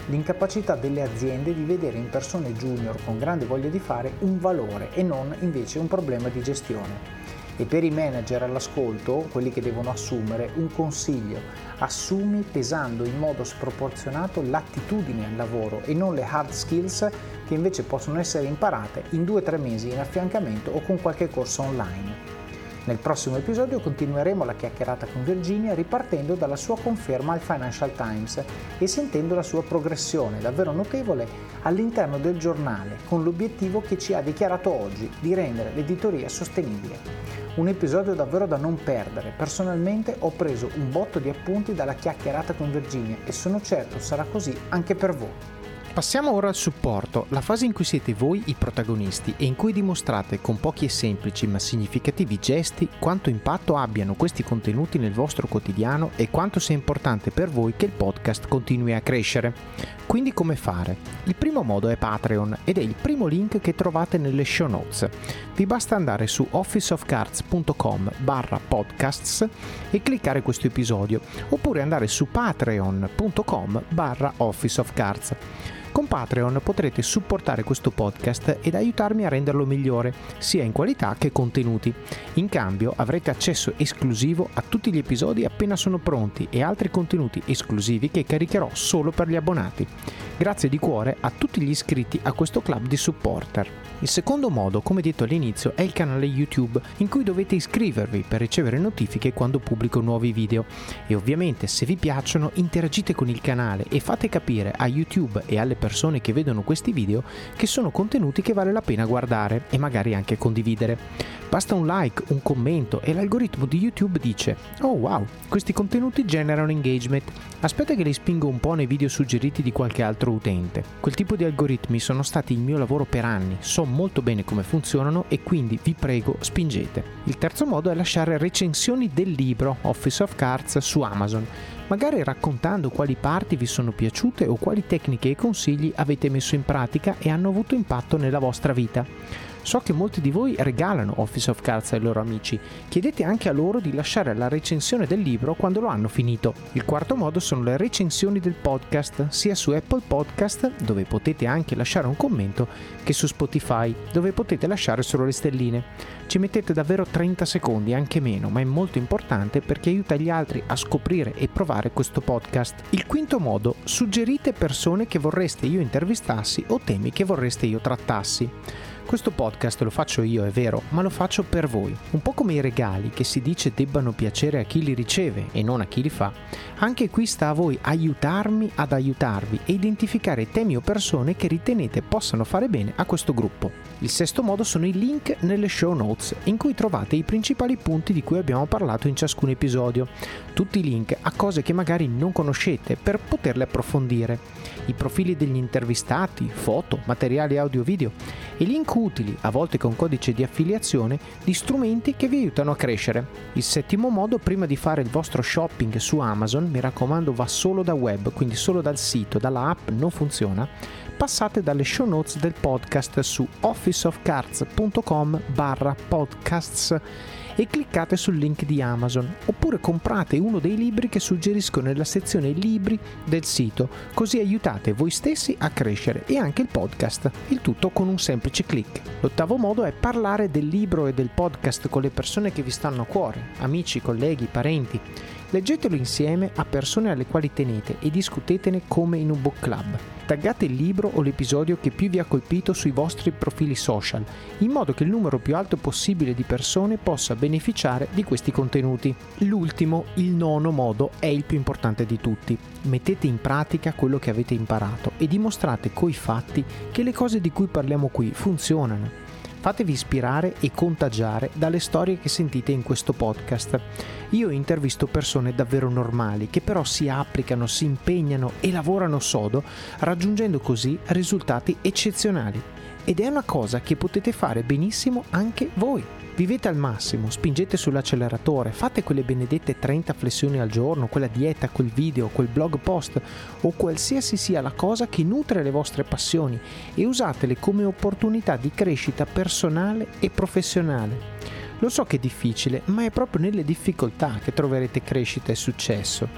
Speaker 1: l'incapacità delle aziende di vedere in persone junior con grande voglia di fare un valore e non invece un problema di gestione. E per i manager all'ascolto, quelli che devono assumere, un consiglio: assumi pesando in modo sproporzionato l'attitudine al lavoro e non le hard skills che invece possono essere imparate in due o tre mesi in affiancamento o con qualche corso online. Nel prossimo episodio continueremo la chiacchierata con Virginia ripartendo dalla sua conferma al Financial Times e sentendo la sua progressione davvero notevole all'interno del giornale, con l'obiettivo che ci ha dichiarato oggi di rendere l'editoria sostenibile. Un episodio davvero da non perdere. Personalmente ho preso un botto di appunti dalla chiacchierata con Virginia e sono certo sarà così anche per voi.
Speaker 3: Passiamo ora al supporto, la fase in cui siete voi i protagonisti e in cui dimostrate con pochi e semplici ma significativi gesti quanto impatto abbiano questi contenuti nel vostro quotidiano e quanto sia importante per voi che il podcast continui a crescere. Quindi come fare? Il primo modo è Patreon ed è il primo link che trovate nelle show notes. Vi basta andare su officeofcards.com barra podcasts e cliccare questo episodio, oppure andare su patreon.com barra officeofcards. Con Patreon potrete supportare questo podcast ed aiutarmi a renderlo migliore, sia in qualità che contenuti. In cambio avrete accesso esclusivo a tutti gli episodi appena sono pronti e altri contenuti esclusivi che caricherò solo per gli abbonati. Grazie di cuore a tutti gli iscritti a questo club di supporter. Il secondo modo, come detto all'inizio, è il canale YouTube, in cui dovete iscrivervi per ricevere notifiche quando pubblico nuovi video. E ovviamente, se vi piacciono, interagite con il canale e fate capire a YouTube e alle persone che vedono questi video che sono contenuti che vale la pena guardare e magari anche condividere. Basta un like, un commento e l'algoritmo di YouTube dice: oh wow, questi contenuti generano engagement, aspetta che li spingo un po' nei video suggeriti di qualche altro utente. Quel tipo di algoritmi sono stati il mio lavoro per anni, so molto bene come funzionano e quindi vi prego spingete. Il terzo modo è lasciare recensioni del libro Office of Cards su Amazon, magari raccontando quali parti vi sono piaciute o quali tecniche e consigli avete messo in pratica e hanno avuto impatto nella vostra vita. So che molti di voi regalano Office of Cards ai loro amici, chiedete anche a loro di lasciare la recensione del libro quando lo hanno finito. Il quarto modo sono le recensioni del podcast, sia su Apple Podcast, dove potete anche lasciare un commento, che su Spotify, dove potete lasciare solo le stelline. Ci mettete davvero trenta secondi, anche meno, ma è molto importante perché aiuta gli altri a scoprire e provare questo podcast. Il quinto modo, suggerite persone che vorreste io intervistassi o temi che vorreste io trattassi. Questo podcast lo faccio io, è vero, ma lo faccio per voi. Un po' come i regali che si dice debbano piacere a chi li riceve e non a chi li fa, anche qui sta a voi aiutarmi ad aiutarvi e identificare temi o persone che ritenete possano fare bene a questo gruppo. Il sesto modo sono i link nelle show notes, in cui trovate i principali punti di cui abbiamo parlato in ciascun episodio. Tutti i link a cose che magari non conoscete per poterle approfondire. I profili degli intervistati, foto, materiali audio-video e link utili, a volte con codice di affiliazione, di strumenti che vi aiutano a crescere. Il settimo modo, prima di fare il vostro shopping su Amazon, mi raccomando va solo da web, quindi solo dal sito, dalla app non funziona, passate dalle show notes del podcast su officeofcards.com barra podcasts e cliccate sul link di Amazon, oppure comprate uno dei libri che suggerisco nella sezione libri del sito, così aiutate voi stessi a crescere e anche il podcast, il tutto con un semplice click. L'ottavo modo è parlare del libro e del podcast con le persone che vi stanno a cuore, amici, colleghi, parenti. Leggetelo insieme a persone alle quali tenete e discutetene come in un book club. Taggate il libro o l'episodio che più vi ha colpito sui vostri profili social, in modo che il numero più alto possibile di persone possa beneficiare di questi contenuti. L'ultimo, il nono modo, è il più importante di tutti. Mettete in pratica quello che avete imparato e dimostrate coi fatti che le cose di cui parliamo qui funzionano. Fatevi ispirare e contagiare dalle storie che sentite in questo podcast. Io intervisto persone davvero normali che però si applicano, si impegnano e lavorano sodo, raggiungendo così risultati eccezionali. Ed è una cosa che potete fare benissimo anche voi. Vivete al massimo, spingete sull'acceleratore, fate quelle benedette trenta flessioni al giorno, quella dieta, quel video, quel blog post o qualsiasi sia la cosa che nutre le vostre passioni e usatele come opportunità di crescita personale e professionale. Lo so che è difficile, ma è proprio nelle difficoltà che troverete crescita e successo.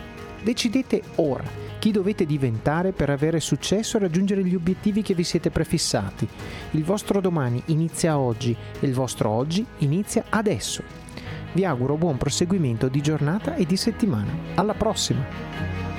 Speaker 3: Decidete ora chi dovete diventare per avere successo e raggiungere gli obiettivi che vi siete prefissati. Il vostro domani inizia oggi e il vostro oggi inizia adesso. Vi auguro buon proseguimento di giornata e di settimana. Alla prossima!